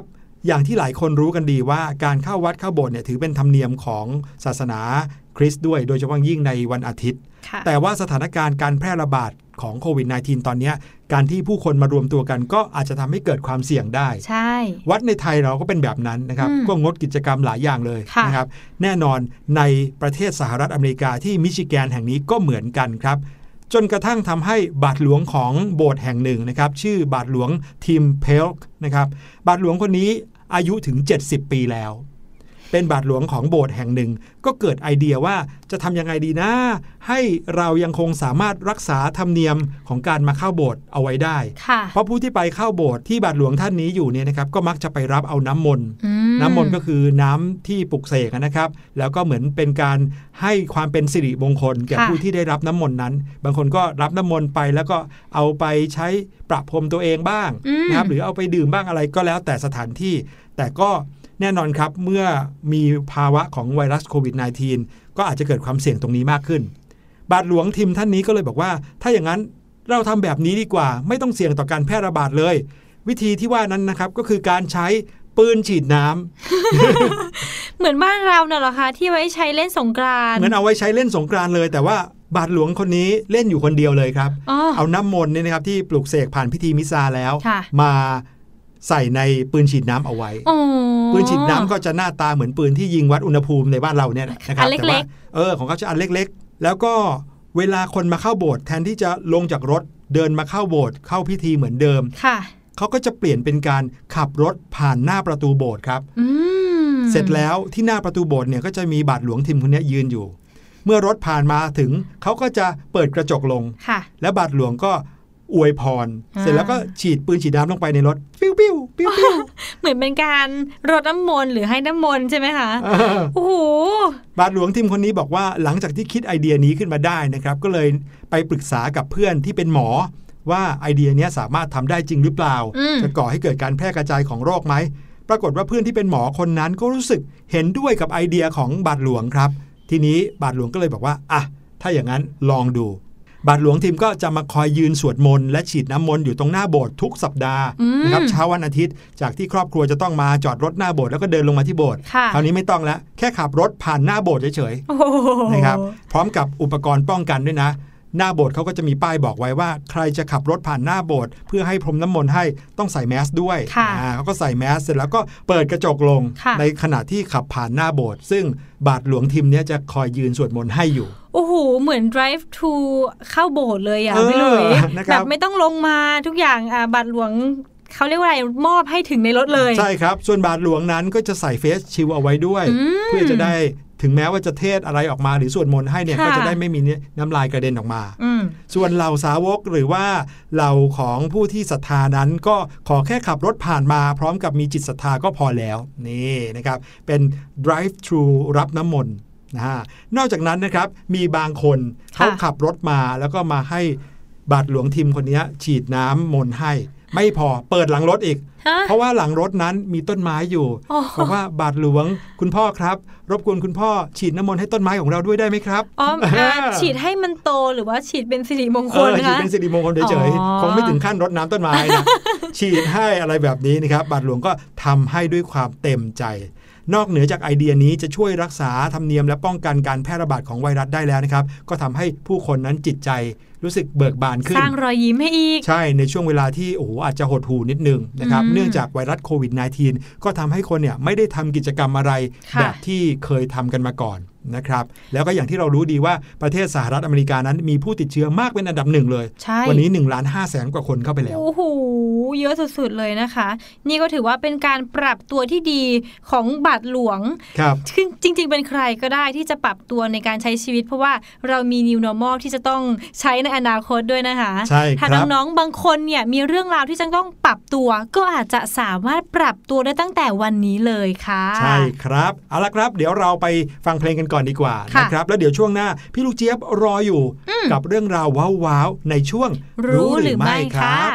อย่างที่หลายคนรู้กันดีว่าการเข้าวัดเข้าโบสถ์เนี่ยถือเป็นธรรมเนียมของศาสนาคริสต์ด้วยโดยเฉพาะยิ่งในวันอาทิตย์แต่ว่าสถานการณ์การแพร่ระบาดของโควิด -19 ตอนนี้การที่ผู้คนมารวมตัวกันก็อาจจะทำให้เกิดความเสี่ยงได้ใช่วัดในไทยเราก็เป็นแบบนั้นนะครับก็งดกิจกรรมหลายอย่างเลยนะครับแน่นอนในประเทศสหรัฐอเมริกาที่มิชิแกนแห่งนี้ก็เหมือนกันครับจนกระทั่งทำให้บาทหลวงของโบสถ์แห่งหนึ่งนะครับชื่อบาทหลวงทิมเพลค์นะครับบาทหลวงคนนี้อายุถึง70ปีแล้วเป็นบาทหลวงของโบสถ์แห่งหนึ่งก็เกิดไอเดียว่าจะทำยังไงดีนะให้เรายังคงสามารถรักษาธรรมเนียมของการมาเข้าโบสถ์เอาไว้ได้เพราะผู้ที่ไปเข้าโบสถ์ที่บาทหลวงท่านนี้อยู่เนี่ยนะครับก็มักจะไปรับเอาน้ำมนต์ก็คือน้ำที่ปลุกเสกนะครับแล้วก็เหมือนเป็นการให้ความเป็นสิริมงคลแก่ผู้ที่ได้รับน้ำมนต์นั้นบางคนก็รับน้ำมนต์ไปแล้วก็เอาไปใช้ประพรมตัวเองบ้างนะครับหรือเอาไปดื่มบ้างอะไรก็แล้วแต่สถานที่แต่ก็แน่นอนครับเมื่อมีภาวะของไวรัสโควิด -19 ก็อาจจะเกิดความเสี่ยงตรงนี้มากขึ้นบาทหลวงทิมท่านนี้ก็เลยบอกว่าถ้าอย่างนั้นเราทำแบบนี้ดีกว่าไม่ต้องเสี่ยงต่อการแพร่ระบาดเลยวิธีที่ว่านั้นนะครับก็คือการใช้ปืนฉีดน้ำเหมือนบ้านเราเนี่ยเหรอคะที่ไว้ใช้เล่นสงกรานต์เหมือนเอาไว้ใช้เล่นสงกรานต์เลยแต่ว่าบาทหลวงคนนี้เล่นอยู่คนเดียวเลยครับเอาน้ำมนต์เนี่ยนะครับที่ปลุกเสกผ่านพิธีมิซาแล้วมาใส่ในปืนฉีดน้ำเอาไว้ปืนฉีดน้ำก็จะหน้าตาเหมือนปืนที่ยิงวัดอุณหภูมิในบ้านเราเนี่ยนะครับแต่ว่าของเขาจะอันเล็กๆแล้วก็เวลาคนมาเข้าโบสถ์แทนที่จะลงจากรถเดินมาเข้าโบสถ์เข้าพิธีเหมือนเดิมเขาก็จะเปลี่ยนเป็นการขับรถผ่านหน้าประตูโบสถ์ครับเสร็จแล้วที่หน้าประตูโบสถ์เนี่ยก็จะมีบาทหลวงทิมคนนี้ยืนอยู่เมื่อรถผ่านมาถึงเขาก็จะเปิดกระจกลงแล้วบาทหลวงก็อวยพรเสร็จแล้วก็ฉีดปืนฉีดน้ำลงไปในรถปิ้วปิ้วปิ้วปิ้วเหมือนเป็นการรดน้ำมนต์หรือให้น้ำมนต์ใช่ไหมคะโอ้โหบาทหลวงทิมคนนี้บอกว่าหลังจากที่คิดไอเดียนี้ขึ้นมาได้นะครับก็เลยไปปรึกษากับเพื่อนที่เป็นหมอว่าไอเดียนี้สามารถทำได้จริงหรือเปล่าจะก่อให้เกิดการแพร่กระจายของโรคไหมปรากฏว่าเพื่อนที่เป็นหมอคนนั้นก็รู้สึกเห็นด้วยกับไอเดียของบาทหลวงครับทีนี้บาทหลวงก็เลยบอกว่าอ่ะถ้าอย่างนั้นลองดูบาทหลวงทิมก็จะมาคอยยืนสวดมนต์และฉีดน้ำมนต์อยู่ตรงหน้าโบสถ์ทุกสัปดาห์นะครับเช้าวันอาทิตย์จากที่ครอบครัวจะต้องมาจอดรถหน้าโบสถ์แล้วก็เดินลงมาที่โบสถ์คราวนี้ไม่ต้องแล้วแค่ขับรถผ่านหน้าโบสถ์เฉยๆนะครับพร้อมกับอุปกรณ์ป้องกันด้วยนะหน้าโบสถ์เขาก็จะมีป้ายบอกไว้ว่าใครจะขับรถผ่านหน้าโบสถ์เพื่อให้พรมน้ำมนต์ให้ต้องใส่แมสด้วยเขาก็ใส่แมสเสร็จแล้วก็เปิดกระจกลงในขณะที่ขับผ่านหน้าโบสถ์ซึ่งบาทหลวงทิมเนี่ยจะคอยยืนสวดมนต์ให้อยู่โอ้โหเหมือน drive to เข้าโบสถ์เลยอ่ะไม่เลยแบบไม่ต้องลงมาทุกอย่างบาทหลวงเขาเรียกว่าอะไรมอบให้ถึงในรถเลยใช่ครับส่วนบาทหลวงนั้นก็จะใส่เฟสชิลเอาไว้ด้วยเพื่อจะได้ถึงแม้ว่าจะเทศอะไรออกมาหรือสวดมนต์ให้เนี่ยก็จะได้ไม่มีน้ำลายกระเด็นออกมาส่วนเหล่าสาวกหรือว่าเหล่าของผู้ที่ศรัทธานั้นก็ขอแค่ขับรถผ่านมาพร้อมกับมีจิตศรัทธาก็พอแล้วนี่นะครับเป็น drive thru รับน้ำมนต์นอกจากนั้นนะครับมีบางคนเขาขับรถมาแล้วก็มาให้บาทหลวงทิมคนนี้ฉีดน้ำมนต์ให้ไม่พอเปิดหลังรถอีกเพราะว่าหลังรถนั้นมีต้นไม้อยู่บอกว่าบาทหลวงคุณพ่อครับรบกวนคุณพ่อฉีดน้ำมนต์ให้ต้นไม้ของเราด้วยได้ไหมครับฉีดให้มันโตหรือว่าฉีดเป็นสิริมงคลฉีดเป็นสิริมงคลเฉยๆคงไม่ถึงขั้นรดน้ำต้นไม้นะฉีดให้อะไรแบบนี้นะครับบาทหลวงก็ทำให้ด้วยความเต็มใจนอกเหนือจากไอเดียนี้จะช่วยรักษาธรรมเนียมและป้องกันการแพร่ระบาดของไวรัสได้แล้วนะครับก็ทำให้ผู้คนนั้นจิตใจรู้สึกเบิกบานขึ้นสร้างรอยยิ้มให้อีกใช่ในช่วงเวลาที่อาจจะหดหู่นิดนึงนะครับเนื่องจากไวรัสโควิด -19 ก็ทำให้คนเนี่ยไม่ได้ทำกิจกรรมอะไรแบบที่เคยทำกันมาก่อนนะครับแล้วก็อย่างที่เรารู้ดีว่าประเทศสหรัฐอเมริกานั้นมีผู้ติดเชื้อมากเป็นอันดับหนึ่งเลยวันนี้ 1,500,000 กว่าคนเข้าไปแล้วโอ้โหเยอะสุดๆเลยนะคะนี่ก็ถือว่าเป็นการปรับตัวที่ดีของบาทหลวงคือจริงๆเป็นใครก็ได้ที่จะปรับตัวในการใช้ชีวิตเพราะว่าเรามี New Normal ที่จะต้องใช้ในอนาคตด้วยนะคะใช่ครับถ้าน้องๆบางคนเนี่ยมีเรื่องราวที่จะต้องปรับตัวก็อาจจะสามารถปรับตัวได้ตั้งแต่วันนี้เลยค่ะใช่ครับเอาละครับเดี๋ยวเราไปฟังเพลงกันก่อนดีกว่านะครับแล้วเดี๋ยวช่วงหน้าพี่ลูกเจี๊ยบรออยู่กับเรื่องราวว้าวๆในช่วงรู้หรือไม่ครับ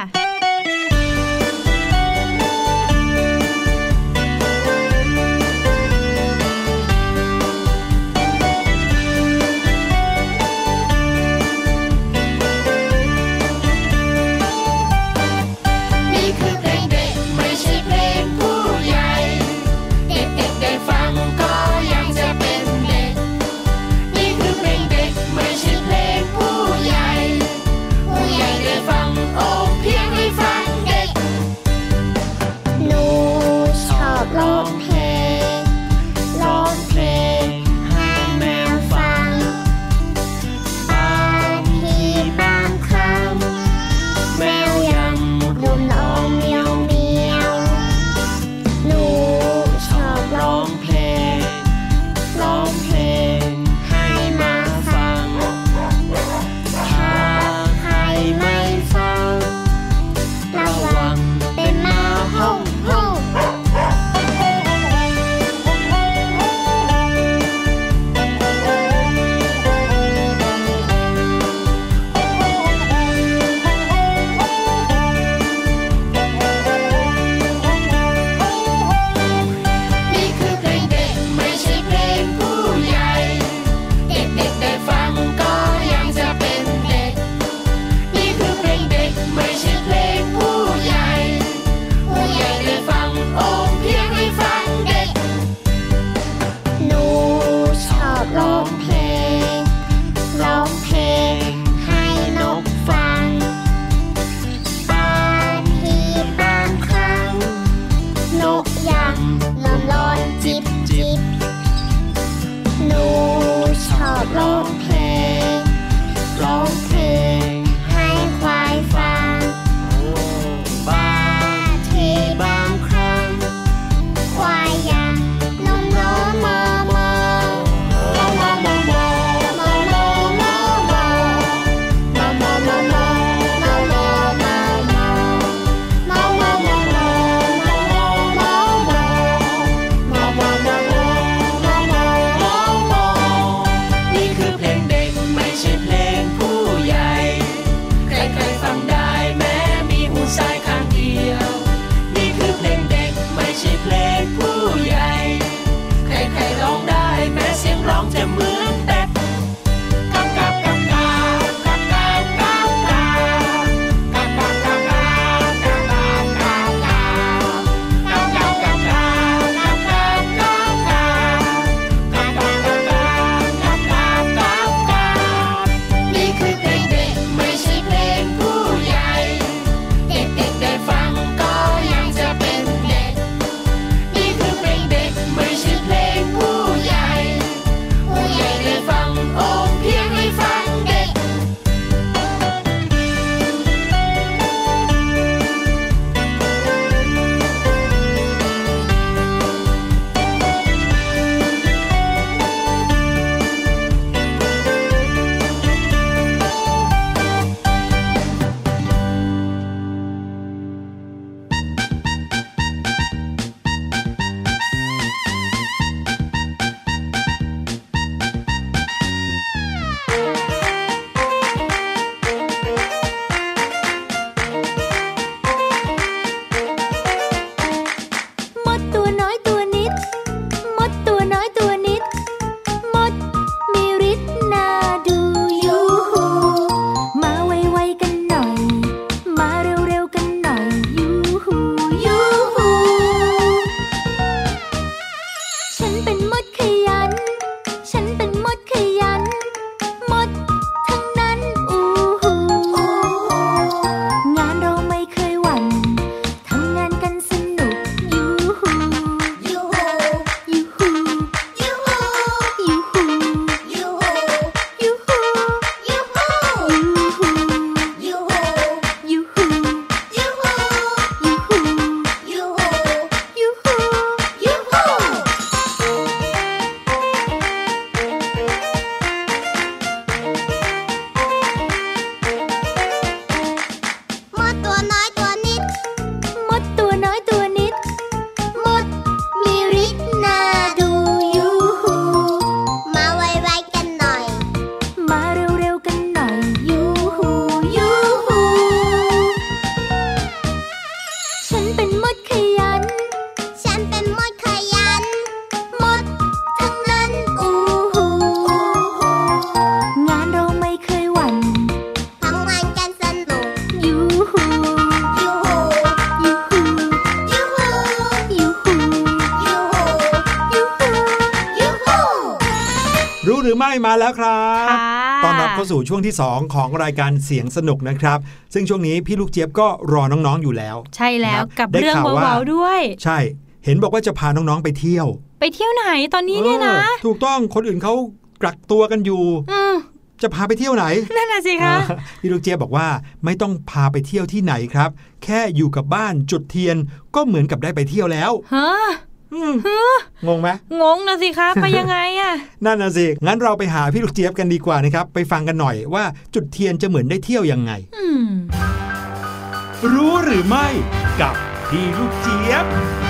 นี่คือเพลงเด็กไม่ใช่เพลงผู้ใหญ่มาแล้วครับต้อนรับเข้าสู่ช่วงที่2ของรายการเสียงสนุกนะครับซึ่งช่วงนี้พี่ลูกเจี๊ยบก็รอน้องๆอยู่แล้วใช่แล้วกับเรื่องว้าวๆด้วยใช่เห็นบอกว่าจะพาน้องๆไปเที่ยวไหนตอนนี้เนี่ยนะถูกต้องคนอื่นเขากักตัวกันอยู่จะพาไปเที่ยวไหนนั่นน่ะสิคะพี่ลูกเจี๊ยบบอกว่าไม่ต้องพาไปเที่ยวที่ไหนครับแค่อยู่กับบ้านจุดเทียนก็เหมือนกับได้ไปเที่ยวแล้วฮะงงไหมงงนะสิคะไปยังไงอะนั่นน่ะสิงั้นเราไปหาพี่ลูกเจี๊ยบกันดีกว่านะครับไปฟังกันหน่อยว่าจุดเทียนจะเหมือนได้เที่ยวยังไงรู้หรือไม่กับพี่ลูกเจี๊ยบ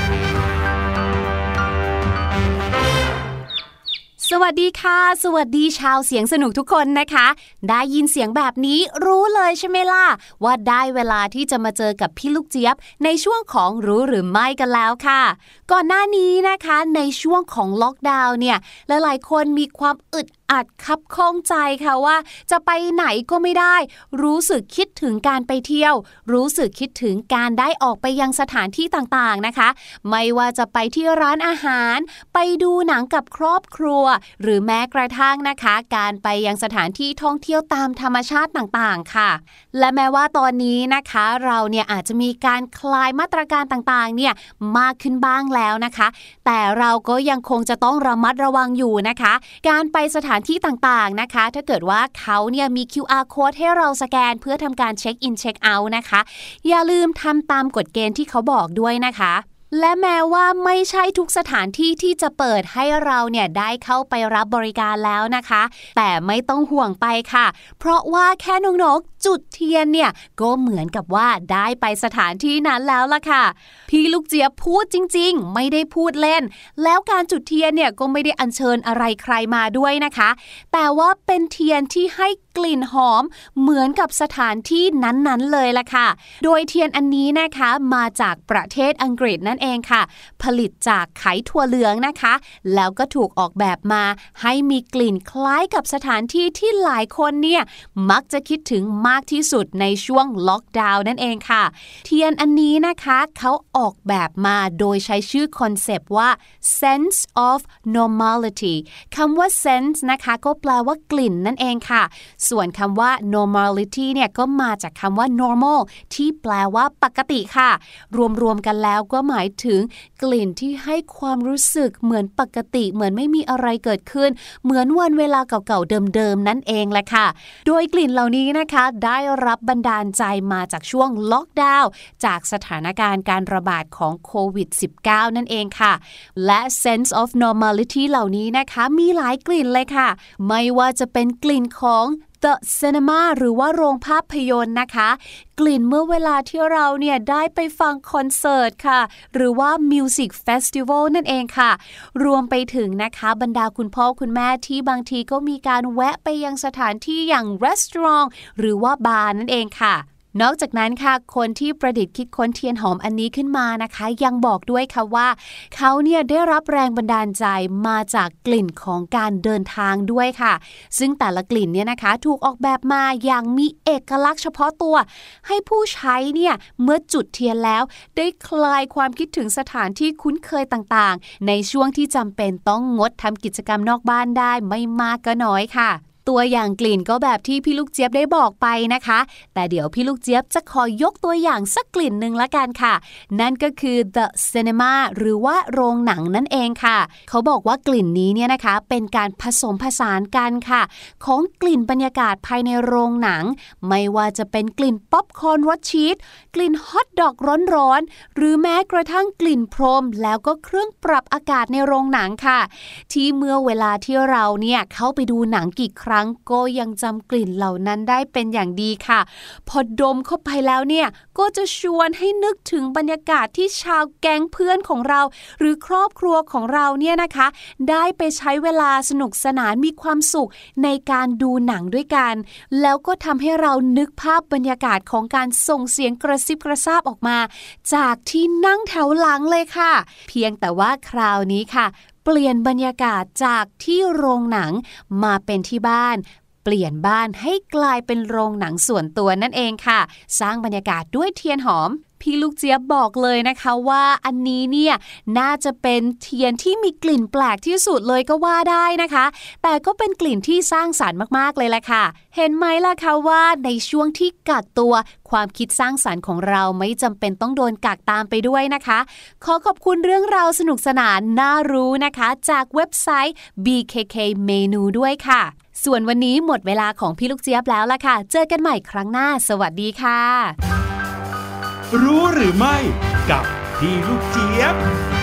สวัสดีค่ะสวัสดีชาวเสียงสนุกทุกคนนะคะได้ยินเสียงแบบนี้รู้เลยใช่ไหมล่ะว่าได้เวลาที่จะมาเจอกับพี่ลูกเจี๊ยบในช่วงของรู้หรือไม่กันแล้วค่ะก่อนหน้านี้นะคะในช่วงของล็อกดาวน์เนี่ยหลายๆคนมีความอึดอัดคับข้องใจค่ะว่าจะไปไหนก็ไม่ได้รู้สึกคิดถึงการไปเที่ยวรู้สึกคิดถึงการได้ออกไปยังสถานที่ต่างๆนะคะไม่ว่าจะไปที่ร้านอาหารไปดูหนังกับครอบครัวหรือแม้กระทั่งนะคะการไปยังสถานที่ท่องเที่ยวตามธรรมชาติต่างๆค่ะและแม้ว่าตอนนี้นะคะเราเนี่ยอาจจะมีการคลายมาตรการต่างๆเนี่ยมากขึ้นบ้างแล้วนะคะแต่เราก็ยังคงจะต้องระมัดระวังอยู่นะคะการไปสถานที่ต่างๆนะคะถ้าเกิดว่าเขาเนี่ยมี QR code ให้เราสแกนเพื่อทำการเช็คอินเช็คเอาท์นะคะอย่าลืมทำตามกฎเกณฑ์ที่เขาบอกด้วยนะคะและแม้ว่าไม่ใช่ทุกสถานที่ที่จะเปิดให้เราเนี่ยได้เข้าไปรับบริการแล้วนะคะแต่ไม่ต้องห่วงไปค่ะเพราะว่าแค่น้องๆจุดเทียนเนี่ยก็เหมือนกับว่าได้ไปสถานที่นั้นแล้วล่ะค่ะพี่ลูกเจี๊ยบพูดจริงๆไม่ได้พูดเล่นแล้วการจุดเทียนเนี่ยก็ไม่ได้อัญเชิญอะไรใครมาด้วยนะคะแต่ว่าเป็นเทียนที่ให้กลิ่นหอมเหมือนกับสถานที่นั้นๆเลยล่ะค่ะโดยเทียนอันนี้นะคะมาจากประเทศอังกฤษนั่นเองค่ะผลิตจากไขถั่วเหลืองนะคะแล้วก็ถูกออกแบบมาให้มีกลิ่นคล้ายกับสถานที่ที่หลายคนเนี่ยมักจะคิดถึงมากที่สุดในช่วงล็อกดาวน์นั่นเองค่ะเทียนอันนี้นะคะเขาออกแบบมาโดยใช้ชื่อคอนเซปต์ว่า sense of normality คำว่า sense นะคะก็แปลว่ากลิ่นนั่นเองค่ะส่วนคำว่า normality เนี่ยก็มาจากคำว่า normal ที่แปลว่าปกติค่ะรวมๆกันแล้วก็หมายถึงกลิ่นที่ให้ความรู้สึกเหมือนปกติเหมือนไม่มีอะไรเกิดขึ้นเหมือนวันเวลาเก่าๆเดิมๆนั่นเองแหละค่ะโดยกลิ่นเหล่านี้นะคะได้รับบันดาลใจมาจากช่วงล็อกดาวน์จากสถานการณ์การระบาดของโควิด -19 นั่นเองค่ะและ sense of normality เหล่านี้นะคะมีหลายกลิ่นเลยค่ะไม่ว่าจะเป็นกลิ่นของ The Cinema หรือว่าโรงภาพยนตร์นะคะกลิ่นเมื่อเวลาที่เราเนี่ยได้ไปฟังคอนเสิร์ตค่ะหรือว่า Music Festival นั่นเองค่ะรวมไปถึงนะคะบรรดาคุณพ่อคุณแม่ที่บางทีก็มีการแวะไปยังสถานที่อย่างรีสอร์ทหรือว่าบาร์นั่นเองค่ะนอกจากนั้นค่ะคนที่ประดิษฐ์คิดค้นเทียนหอมอันนี้ขึ้นมานะคะยังบอกด้วยค่ะว่าเขาเนี่ยได้รับแรงบันดาลใจมาจากกลิ่นของการเดินทางด้วยค่ะซึ่งแต่ละกลิ่นเนี่ยนะคะถูกออกแบบมาอย่างมีเอกลักษณ์เฉพาะตัวให้ผู้ใช้เนี่ยเมื่อจุดเทียนแล้วได้คลายความคิดถึงสถานที่คุ้นเคยต่างๆในช่วงที่จำเป็นต้องงดทำกิจกรรมนอกบ้านได้ไม่มากก็น้อยค่ะตัวอย่างกลิ่นก็แบบที่พี่ลูกเจี๊ยบได้บอกไปนะคะแต่เดี๋ยวพี่ลูกเจี๊ยบจะขอยกตัวอย่างสักกลิ่นนึงละกันค่ะนั่นก็คือ The Cinema หรือว่าโรงหนังนั่นเองค่ะเขาบอกว่ากลิ่นนี้เนี่ยนะคะเป็นการผสมผสานกันค่ะของกลิ่นบรรยากาศภายในโรงหนังไม่ว่าจะเป็นกลิ่นป๊อปคอร์นรสชีสกลิ่นฮอทดอกร้อนๆหรือแม้กระทั่งกลิ่นพรมแล้วก็เครื่องปรับอากาศในโรงหนังค่ะที่เมื่อเวลาที่เราเนี่ยเข้าไปดูหนังกี่ครั้งก็ยังจำกลิ่นเหล่านั้นได้เป็นอย่างดีค่ะพอดมเข้าไปแล้วเนี่ยก็จะชวนให้นึกถึงบรรยากาศที่ชาวแก๊งเพื่อนของเราหรือครอบครัวของเราเนี่ยนะคะได้ไปใช้เวลาสนุกสนานมีความสุขในการดูหนังด้วยกันแล้วก็ทำให้เรานึกภาพบรรยากาศของการส่งเสียงกระซิบกระซาบออกมาจากที่นั่งแถวหลังเลยค่ะเพียงแต่ว่าคราวนี้ค่ะเปลี่ยนบรรยากาศจากที่โรงหนังมาเป็นที่บ้านเปลี่ยนบ้านให้กลายเป็นโรงหนังส่วนตัวนั่นเองค่ะสร้างบรรยากาศด้วยเทียนหอมพี่ลูกเจี๊ยบบอกเลยนะคะว่าอันนี้เนี่ยน่าจะเป็นเทียนที่มีกลิ่นแปลกที่สุดเลยก็ว่าได้นะคะแต่ก็เป็นกลิ่นที่สร้างสรรค์มากๆเลยแหละค่ะเห็นไหมล่ะคะว่าในช่วงที่กักตัวความคิดสร้างสรรค์ของเราไม่จำเป็นต้องโดนกักตามไปด้วยนะคะขอขอบคุณเรื่องราวสนุกสนานน่ารู้นะคะจากเว็บไซต์ BKK Menu ด้วยค่ะส่วนวันนี้หมดเวลาของพี่ลูกเจี๊ยบแล้วล่ะค่ะเจอกันใหม่ครั้งหน้าสวัสดีค่ะรู้หรือไม่กับพี่ลูกเจี๊ยบ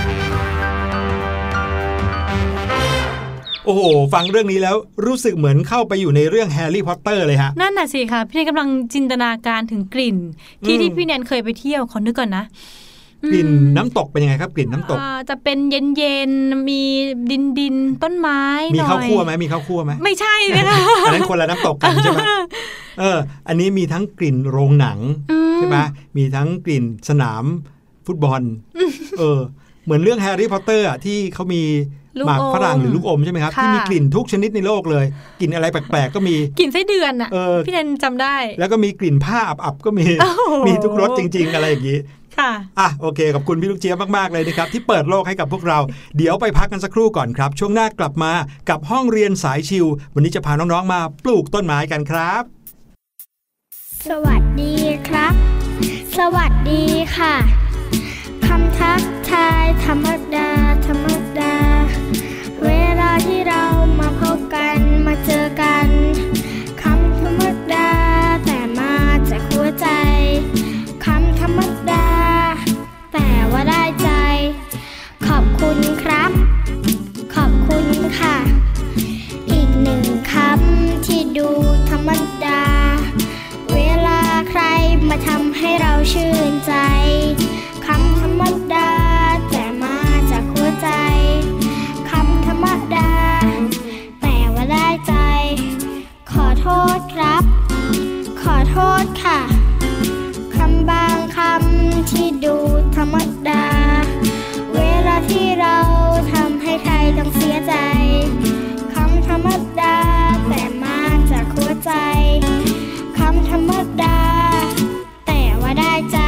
โอ้โหฟังเรื่องนี้แล้วรู้สึกเหมือนเข้าไปอยู่ในเรื่องแฮร์รี่พอตเตอร์เลยฮะนั่นน่ะสิค่ะพี่แนนกำลังจินตนาการถึงกลิ่นที่พี่แนนเคยไปเที่ยวขอนึกก่อนนะกลิ่นน้ำตกเป็นยังไงครับกลิ่นน้ำตกจะเป็นเย็นๆมีดินต้นไม้หน่อยมีข้าวคั่วไหมมีข้าวคั่วไหมไม่ใช่นะคะอันนั้นคนละน้ำตกกันใช่ไหมอันนี้มีทั้งกลิ่นโรงหนังใช่ไหมมีทั้งกลิ่นสนามฟุตบอลเหมือนเรื่องแฮร์รี่พอตเตอร์ที่เขามีหมากฝรั่งหรือลูกอมใช่ไหมครับที่มีกลิ่นทุกชนิดในโลกเลยกลิ่นอะไรแปลกๆก็มีกลิ่นไส้เดือนอ่ะพี่แนนจำได้แล้วก็มีกลิ่นผ้าอับๆก็มีทุกรสจริงๆอะไรอย่างนี้โอเคขอบคุณพี่ลูกเจี๊ยบมากๆเลยนะครับที่เปิดโลกให้กับพวกเราเดี๋ยวไปพักกันสักครู่ก่อนครับช่วงหน้ากลับมากับห้องเรียนสายชิลวันนี้จะพาน้องๆมาปลูกต้นไม้กันครับสวัสดีครับสวัสดีค่ะคำทักทายธรรมดาธรรมดาเวลาที่เรามาพบกันมาเจอกันคำธรรมดาแต่มาจากหัวใจคำธรรมดาแต่ว่าได้ใจขอบคุณครับขอบคุณค่ะอีกหนึ่งคำที่ดูธรรมดาเวลาใครมาทำให้เราชื่นใจคำธรรมดาแต่มาจากหัวใจคำธรรมดาแต่ว่าได้ใจขอโทษครับขอโทษค่ะคำบางคำที่ดูธรรมดาเวลาที่เราทำให้ใครต้องเสียใจคำธรรมดาแต่มาจากหัวใจคำธรรมดาแต่ว่าได้ใจ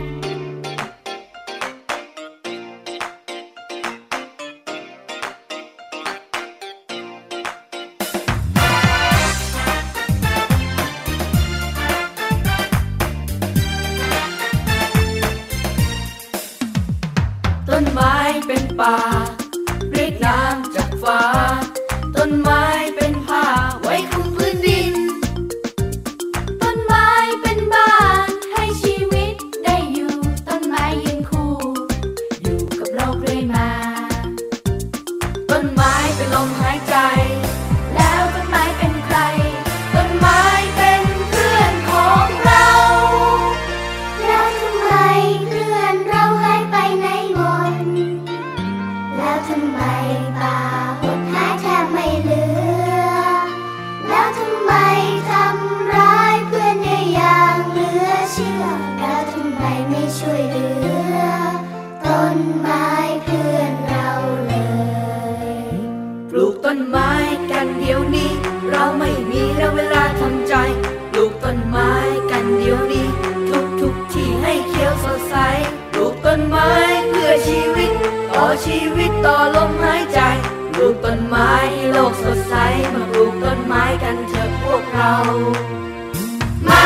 ต้นไม้เป็นป่าเรียกน้ำจากฟ้าต้นไม้เป็นผ้าไว้คลุมพื้นดินต้นไม้เป็นบ้านให้ชีวิตได้อยู่ต้นไม้ยืนคู่อยู่กับเราเรื่อยมาต้นไม้เป็นลมหายใจแล้วต้นไม้เป็นใครต้นไม้เป็นเพื่อนของเราแล้วทำไมเพื่อนเราหายไปไหนหมดแล้วทำไมป่าหดหายแทบไม่เหลือแล้วทำไมทำร้ายเพื่อนได้อย่างเหลือเชื่อแล้วทำไมไม่ช่วยเหลือต้นไม้เพื่อนเราเลยปลูกต้นไม้กันเดี๋ยวนี้เราไม่มีเวลาทำใจปลูกต้นไม้กันเดี๋ยวนี้ทุกที่ให้เขียวสดใสปลูกต้นไม้เพื่อชีวิตต่อชีวิตต่อลมหายใจปลูกต้นไม้ให้โลกสดใสมาปลูกต้นไม้กันเถอะพวกเรามา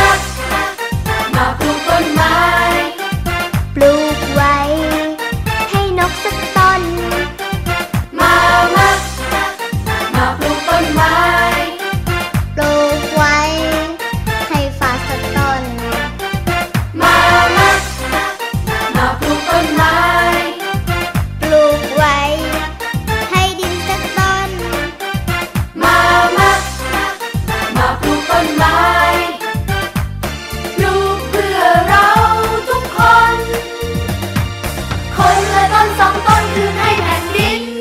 ปลูกต้นไม้ปลูกไว้ให้นกสักต้นมาปลูกต้นไม้ปลูกไว้ให้ฟ้าสักต้นมาปลูกต้นไม้ปลูกไว้ให้ดินสักต้นมาปลูกต้นไม้ปลูกเพื่อเราทุกคนคนละต้นสองต้นคืนให้แผ่นดิน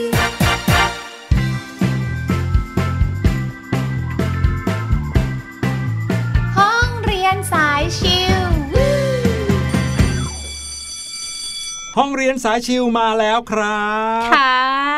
ห้องเรียนสายชิลห้องเรียนสายชิลมาแล้วครับค่ะ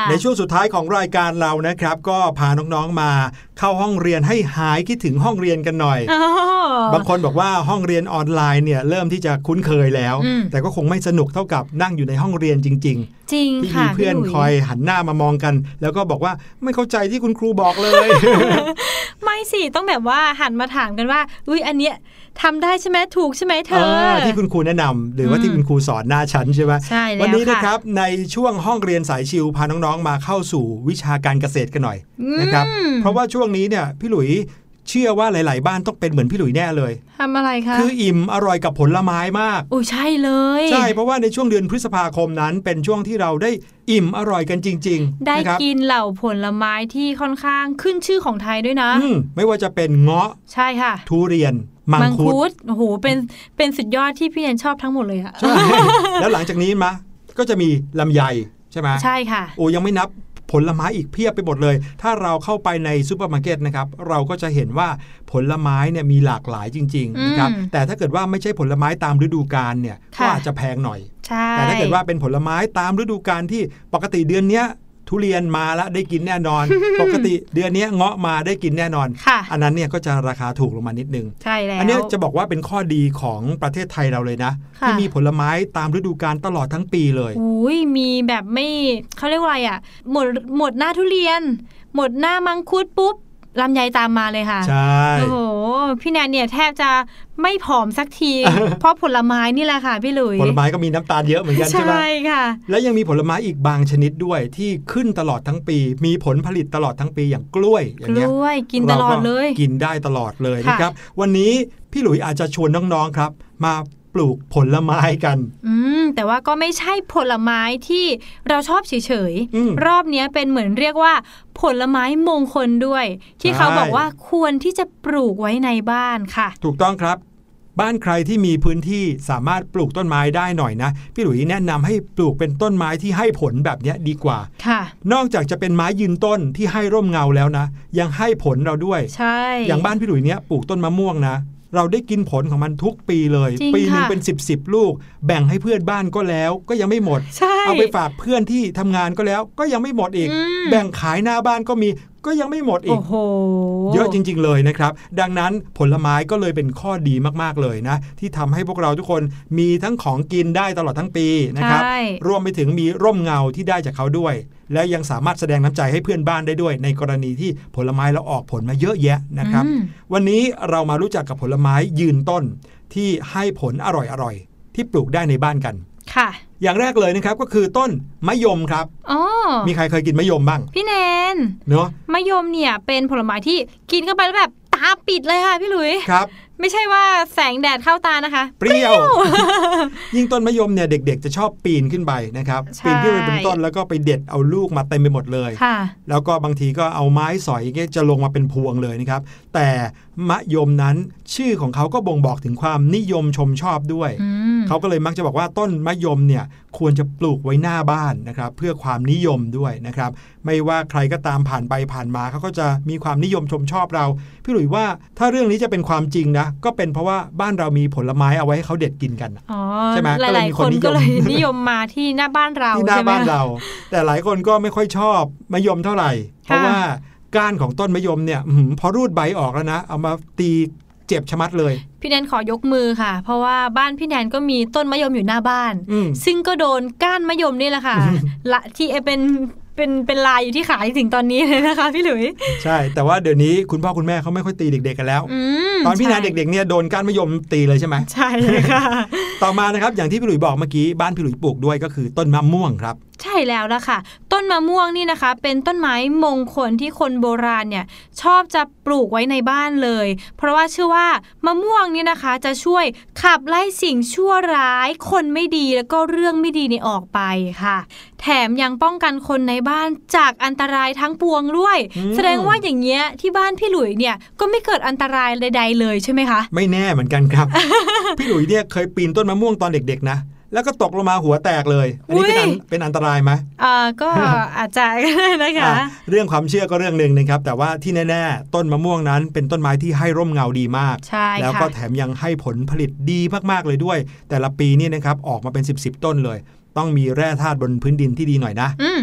ในช่วงสุดท้ายของรายการเรานะครับก็พาน้องๆมาเข้าห้องเรียนให้หายคิดถึงห้องเรียนกันหน่อยบางคนบอกว่าห้องเรียนออนไลน์เนี่ยเริ่มที่จะคุ้นเคยแล้วแต่ก็คงไม่สนุกเท่ากับนั่งอยู่ในห้องเรียนจริงๆจริงที่มีเพื่อนคอยหันหน้ามามองกันแล้วก็บอกว่าไม่เข้าใจที่คุณครูบอกเลยไม่สิต้องแบบว่าหันมาถามกันว่าอุ้ยอันเนี้ยทำได้ใช่ไหมถูกใช่ไหมเธอที่คุณครูแนะนำหรือว่าที่คุณครูสอนหน้าชั้นใช่ไหมใช่แล้ววันนี้นะครับในช่วงห้องเรียนสายชิลพาน้องๆมาเข้าสู่วิชาการเกษตรกันหน่อยนะครับเพราะว่าช่วงนี้เนี่ยพี่หลุยเชื่อว่าหลายๆบ้านต้องเป็นเหมือนพี่หลุยแน่เลยทำอะไรคะคืออิ่มอร่อยกับผลไม้มากโอ้ใช่เลยใช่เพราะว่าในช่วงเดือนพฤษภาคมนั้นเป็นช่วงที่เราได้อิ่มอร่อยกันจริงๆได้กินเหล่าผลไม้ที่ค่อนข้างขึ้นชื่อของไทยด้วยนะไม่ว่าจะเป็นเงาะใช่ค่ะทุเรียนมังคุดโอ้โหเป็นสุดยอดที่พี่แอนชอบทั้งหมดเลยอะใช่ แล้วหลังจากนี้มาก็จะมีลำไยใช่ไหมใช่ค่ะโอ้ยังไม่นับผลไม้อีกเพียบไปหมดเลยถ้าเราเข้าไปในซูเปอร์มาร์เก็ตนะครับเราก็จะเห็นว่าผลไม้เนี่ยมีหลากหลายจริงๆนะครับแต่ถ้าเกิดว่าไม่ใช่ผลไม้ตามฤดูกาลเนี่ยก็อาจจะแพงหน่อยแต่ถ้าเกิดว่าเป็นผลไม้ตามฤดูกาลที่ปกติเดือนนี้ทุเรียนมาแล้วได้กินแน่นอน ปกติเดือนนี้เงาะมาได้กินแน่นอนอันนั้นเนี่ยก็จะราคาถูกลงมานิดนึงใช่แล้วอันนี้จะบอกว่าเป็นข้อดีของประเทศไทยเราเลยนะที่มีผลไม้ตามฤดูกาลตลอดทั้งปีเลยอุ้ยมีแบบไม่เขาเรียกว่าอะไรอ่ะหมดหน้าทุเรียนหมดหน้ามังคุดปุ๊บลำไยตามมาเลยค่ะใช่โอ้โหพี่แนนเนี่ยแทบจะไม่ผอมสักที เพราะผลไม้นี่แหละค่ะพี่หลุยผลไม้ก็มีน้ำตาลเยอะเหมือนกันใช่ไหมใช่ค่ะแล้วยังมีผลไม้อีกบางชนิดด้วยที่ขึ้นตลอดทั้งปีมีผลผลิตตลอดทั้งปีอย่างกล้วยอย่างเงี้ยกล้วยกินตลอดเลยกินได้ตลอดเลยนะครับวันนี้พี่หลุยอาจจะชวนน้องๆครับมาปลูกผลไม้กันแต่ว่าก็ไม่ใช่ผลไม้ที่เราชอบเฉยๆรอบนี้เป็นเหมือนเรียกว่าผลไม้มงคลด้วยที่เขาบอกว่าควรที่จะปลูกไว้ในบ้านค่ะถูกต้องครับบ้านใครที่มีพื้นที่สามารถปลูกต้นไม้ได้หน่อยนะพี่หลุยแนะนำให้ปลูกเป็นต้นไม้ที่ให้ผลแบบนี้ดีกว่าค่ะนอกจากจะเป็นไม้ยืนต้นที่ให้ร่มเงาแล้วนะยังให้ผลเราด้วยใช่อย่างบ้านพี่หลุยเนี้ยปลูกต้นมะม่วงนะเราได้กินผลของมันทุกปีเลยปีนึงเป็น10ลูกแบ่งให้เพื่อนบ้านก็แล้วก็ยังไม่หมดเอาไปฝากเพื่อนที่ทำงานก็แล้วก็ยังไม่หมดอีกแบ่งขายหน้าบ้านก็มีก็ยังไม่หมดอีกเยอะจริงๆเลยนะครับดังนั้นผลไม้ก็เลยเป็นข้อดีมากๆเลยนะที่ทำให้พวกเราทุกคนมีทั้งของกินได้ตลอดทั้งปีนะครับรวมไปถึงมีร่มเงาที่ได้จากเขาด้วยและยังสามารถแสดงน้ำใจให้เพื่อนบ้านได้ด้วยในกรณีที่ผลไม้เราออกผลมาเยอะแยะนะครับวันนี้เรามารู้จักกับผลไม้ยืนต้นที่ให้ผลอร่อยๆที่ปลูกได้ในบ้านกันค่ะอย่างแรกเลยนะครับก็คือต้นมะยมครับมีใครเคยกินมะยมบ้างพี่แนนเนาะมะยมเนี่ยเป็นผลไม้ที่กินเข้าไปแล้วแบบตาปิดเลยค่ะพี่หลุยครับไม่ใช่ว่าแสงแดดเข้าตานะคะเปรี้ยว ยิ่งต้นมะยมเนี่ยเด็กๆจะชอบปีนขึ้นไปนะครับปีนขึ้นไปบนต้นแล้วก็ไปเด็ดเอาลูกมาเต็มไปหมดเลยแล้วก็บางทีก็เอาไม้สอยจะลงมาเป็นพวงเลยนะครับแต่มะยมนั้นชื่อของเขาก็บ่งบอกถึงความนิยมชมชอบด้วยเขาก็เลยมักจะบอกว่าต้นมะยมเนี่ยควรจะปลูกไว้หน้าบ้านนะครับเพื่อความนิยมด้วยนะครับไม่ว่าใครก็ตามผ่านไปผ่านมาเขาก็จะมีความนิยมชมชอบเราพี่หลุยว่าถ้าเรื่องนี้จะเป็นความจริงนะก็เป็นเพราะว่าบ้านเรามีผลไม้เอาไว้ให้เขาเด็ดกินกันใช่ไหมหลายๆคนก็เลยนิยมมาที่หน้าบ้านเราที่หน้าบ้านเราแต่หลายคนก็ไม่ค่อยชอบมะยมเท่าไหร่เพราะว่าก้านของต้นมะยมเนี่ยพอรูดใบออกแล้วนะเอามาตีเจ็บชะมัดเลยพี่แนนขอยกมือค่ะเพราะว่าบ้านพี่แนนก็มีต้นมะยมอยู่หน้าบ้านซึ่งก็โดนก้านมะยมนี่แหละค่ะละที่เป็นลายอยู่ที่ขาถึงตอนนี้เลยนะคะพี่หลุยใช่แต่ว่าเดี๋ยวนี้คุณพ่อคุณแม่เขาไม่ค่อยตีเด็กๆกันแล้วตอนพี่แนนเด็กๆเนี่ยโดนก้านมะยมตีเลยใช่ไหมใช่เลยค่ะต่อมานะครับอย่างที่พี่หลุยบอกเมื่อกี้บ้านพี่หลุยปลูกด้วยก็คือต้นมะม่วงครับใช่แล้วล่ะค่ะต้นมะม่วงนี่นะคะเป็นต้นไม้มงคลที่คนโบราณเนี่ยชอบจะปลูกไว้ในบ้านเลยเพราะว่าเชื่อว่ามะม่วงนี่นะคะจะช่วยขับไล่สิ่งชั่วร้ายคนไม่ดีแล้วก็เรื่องไม่ดีนี่ออกไปค่ะแถมยังป้องกันคนในบ้านจากอันตรายทั้งปวงด้วยแสดงว่าอย่างเงี้ยที่บ้านพี่หลุยเนี่ยก็ไม่เกิดอันตรายใดๆเลยใช่ไหมคะไม่แน่เหมือนกันครับ พี่หลุยเนี่ยเคยปีนต้นมะม่วงตอนเด็กๆนะแล้วก็ตกลงมาหัวแตกเลยอันนี้เป็นอันตรายไหมก็อาจจะนะคะเรื่องความเชื่อก็เรื่องนึงนะครับแต่ว่าที่แน่ๆต้นมะม่วงนั้นเป็นต้นไม้ที่ให้ร่มเงาดีมากแล้วก็แถมยังให้ผลผลิตดีมากๆเลยด้วยแต่ละปีนี่นะครับออกมาเป็น10ต้นเลยต้องมีแร่ธาตุบนพื้นดินที่ดีหน่อยนะ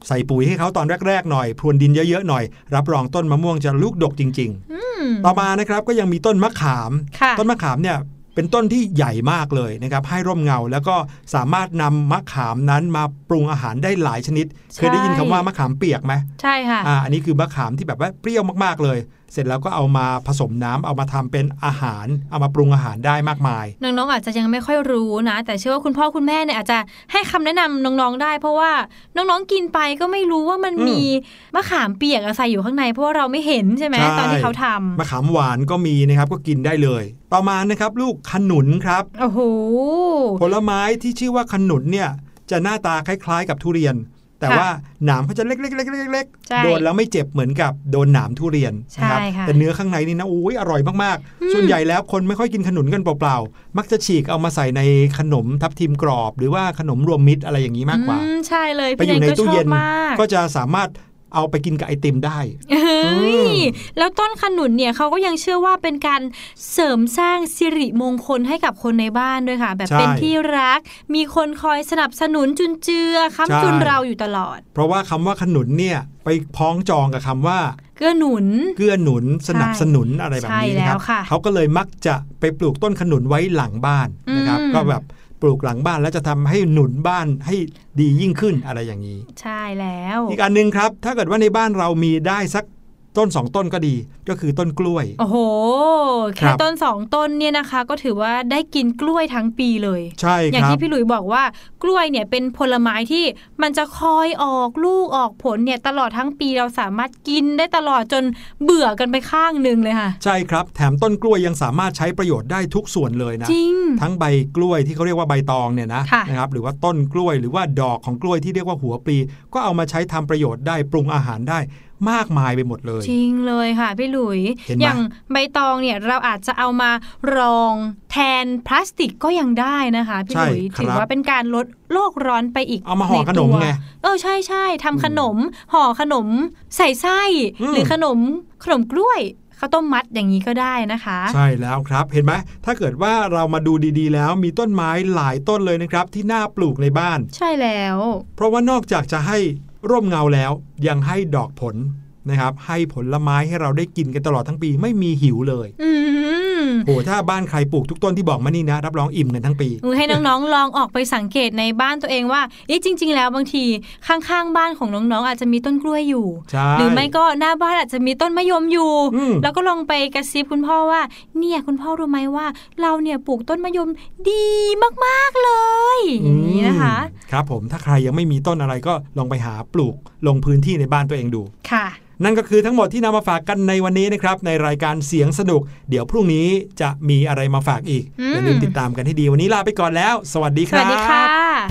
ใส่ปุ๋ยให้เขาตอนแรกๆหน่อยพรวนดินเยอะๆหน่อยรับรองต้นมะม่วงจะลูกดกจริงๆต่อมานะครับก็ยังมีต้นมะขามต้นมะขามเนี่ยเป็นต้นที่ใหญ่มากเลยนะครับให้ร่มเงาแล้วก็สามารถนำมะขามนั้นมาปรุงอาหารได้หลายชนิดเคยได้ยินคำว่ามะขามเปียกไหมใช่ค่ะอันนี้คือมะขามที่แบบว่าเปรี้ยวมากๆเลยเสร็จแล้วก็เอามาผสมน้ำเอามาทำเป็นอาหารเอามาปรุงอาหารได้มากมายน้องๆอาจจะยังไม่ค่อยรู้นะแต่เชื่อว่าคุณพ่อคุณแม่เนี่ยอาจจะให้คำแนะนำน้องๆได้เพราะว่าน้องๆกินไปก็ไม่รู้ว่ามันมีมะขามเปียกอะไรอยู่ข้างในเพราะว่าเราไม่เห็นใช่ไหมตอนที่เขาทำมะขามหวานก็มีนะครับก็กินได้เลยต่อมานะครับลูกขนุนครับโอ้โหผลไม้ที่ชื่อว่าขนุนเนี่ยจะหน้าตาคล้ายๆกับทุเรียนแต่ว่าหนามเขาจะเล็กๆๆๆโดนแล้วไม่เจ็บเหมือนกับโดนหนามทุเรียนนะครับแต่เนื้อข้างในนี่นะอร่อยมากๆส่วนใหญ่แล้วคนไม่ค่อยกินขนุนกันเปล่าๆมักจะฉีกเอามาใส่ในขนมทับทิมกรอบหรือว่าขนมรวมมิตรอะไรอย่างนี้มากกว่าใช่เลยไปอยู่ในตู้เย็นก็จะสามารถเอาไปกินกับไอติมได้แล้วต้นขนุนเนี่ยเขาก็ยังเชื่อว่าเป็นการเสริมสร้างสิริมงคลให้กับคนในบ้านด้วยค่ะแบบเป็นที่รักมีคนคอยสนับสนุนจุนเจือค้ำจุนเราอยู่ตลอดเพราะว่าคำว่าขนุนเนี่ยไปพ้องจองกับคำว่าเกื้อหนุนสนับสนุนอะไรแบบนี้นะครับเขาก็เลยมักจะไปปลูกต้นขนุนไว้หลังบ้านนะครับก็แบบปลูกหลังบ้านแล้วจะทำให้หนุนบ้านให้ดียิ่งขึ้นอะไรอย่างนี้ใช่แล้วอีกอันนึงครับถ้าเกิดว่าในบ้านเรามีได้สักต้น2ต้นก็ดีก็คือต้นกล้วยโอ้โหแค่ต้น2ต้นเนี่ยนะคะก็ถือว่าได้กินกล้วยทั้งปีเลยใช่ครับอย่างที่พี่หลุยบอกว่ากล้วยเนี่ยเป็นผลไม้ที่มันจะคอยออกลูกออกผลเนี่ยตลอดทั้งปีเราสามารถกินได้ตลอดจนเบื่อกันไปข้างนึงเลยค่ะใช่ครับแถมต้นกล้วยยังสามารถใช้ประโยชน์ได้ทุกส่วนเลยนะจริงทั้งใบกล้วยที่เขาเรียกว่าใบตองเนี่ยนะครับหรือว่าต้นกล้วยหรือว่าดอกของกล้วยที่เรียกว่าหัวปลีก็เอามาใช้ทำประโยชน์ได้ปรุงอาหารได้มากมายไปหมดเลยจริงเลยค่ะพี่หลุยอย่างใบตองเนี่ยเราอาจจะเอามารองแทนพลาสติกก็ยังได้นะคะพี่หลุยถือว่าเป็นการลดโลกร้อนไปอีกเอามาห่อขนมไงใช่ทำขนมห่อขนมใส่ไส้หรือขนมกล้วยข้าวต้มมัดอย่างนี้ก็ได้นะคะใช่แล้วครับเห็นไหมถ้าเกิดว่าเรามาดูดีๆแล้วมีต้นไม้หลายต้นเลยนะครับที่น่าปลูกในบ้านใช่แล้วเพราะว่านอกจากจะให้ร่มเงาแล้วยังให้ดอกผลนะครับให้ผลไม้ให้เราได้กินกันตลอดทั้งปีไม่มีหิวเลยโหถ้าบ้านใครปลูกทุกต้นที่บอกมานี่นะรับรองอิ่มกันทั้งปีให้น้องๆลองออกไปสังเกตในบ้านตัวเองว่าจริงๆแล้วบางทีข้างๆบ้านของน้องๆอาจจะมีต้นกล้วยอยู่หรือไม่ก็หน้าบ้านอาจจะมีต้นมะยมอยู่แล้วก็ลองไปกระซิบคุณพ่อว่าเนี่ยคุณพ่อรู้ไหมว่าเราเนี่ยปลูกต้นมะยมดีมากๆเลยอย่างนี้นะคะครับผมถ้าใครยังไม่มีต้นอะไรก็ลองไปหาปลูกลงพื้นที่ในบ้านตัวเองดูค่ะนั่นก็คือทั้งหมดที่นำมาฝากกันในวันนี้นะครับในรายการเสียงสนุกเดี๋ยวพรุ่งนี้จะมีอะไรมาฝากอีกอย่าลืมติดตามกันให้ดีวันนี้ลาไปก่อนแล้วสวัสดีครับสวัสดีค่ะ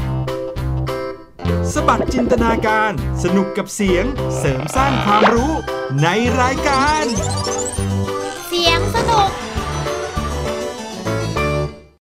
สบัดจินตนาการสนุกกับเสียงเสริมสร้างความรู้ในรายการ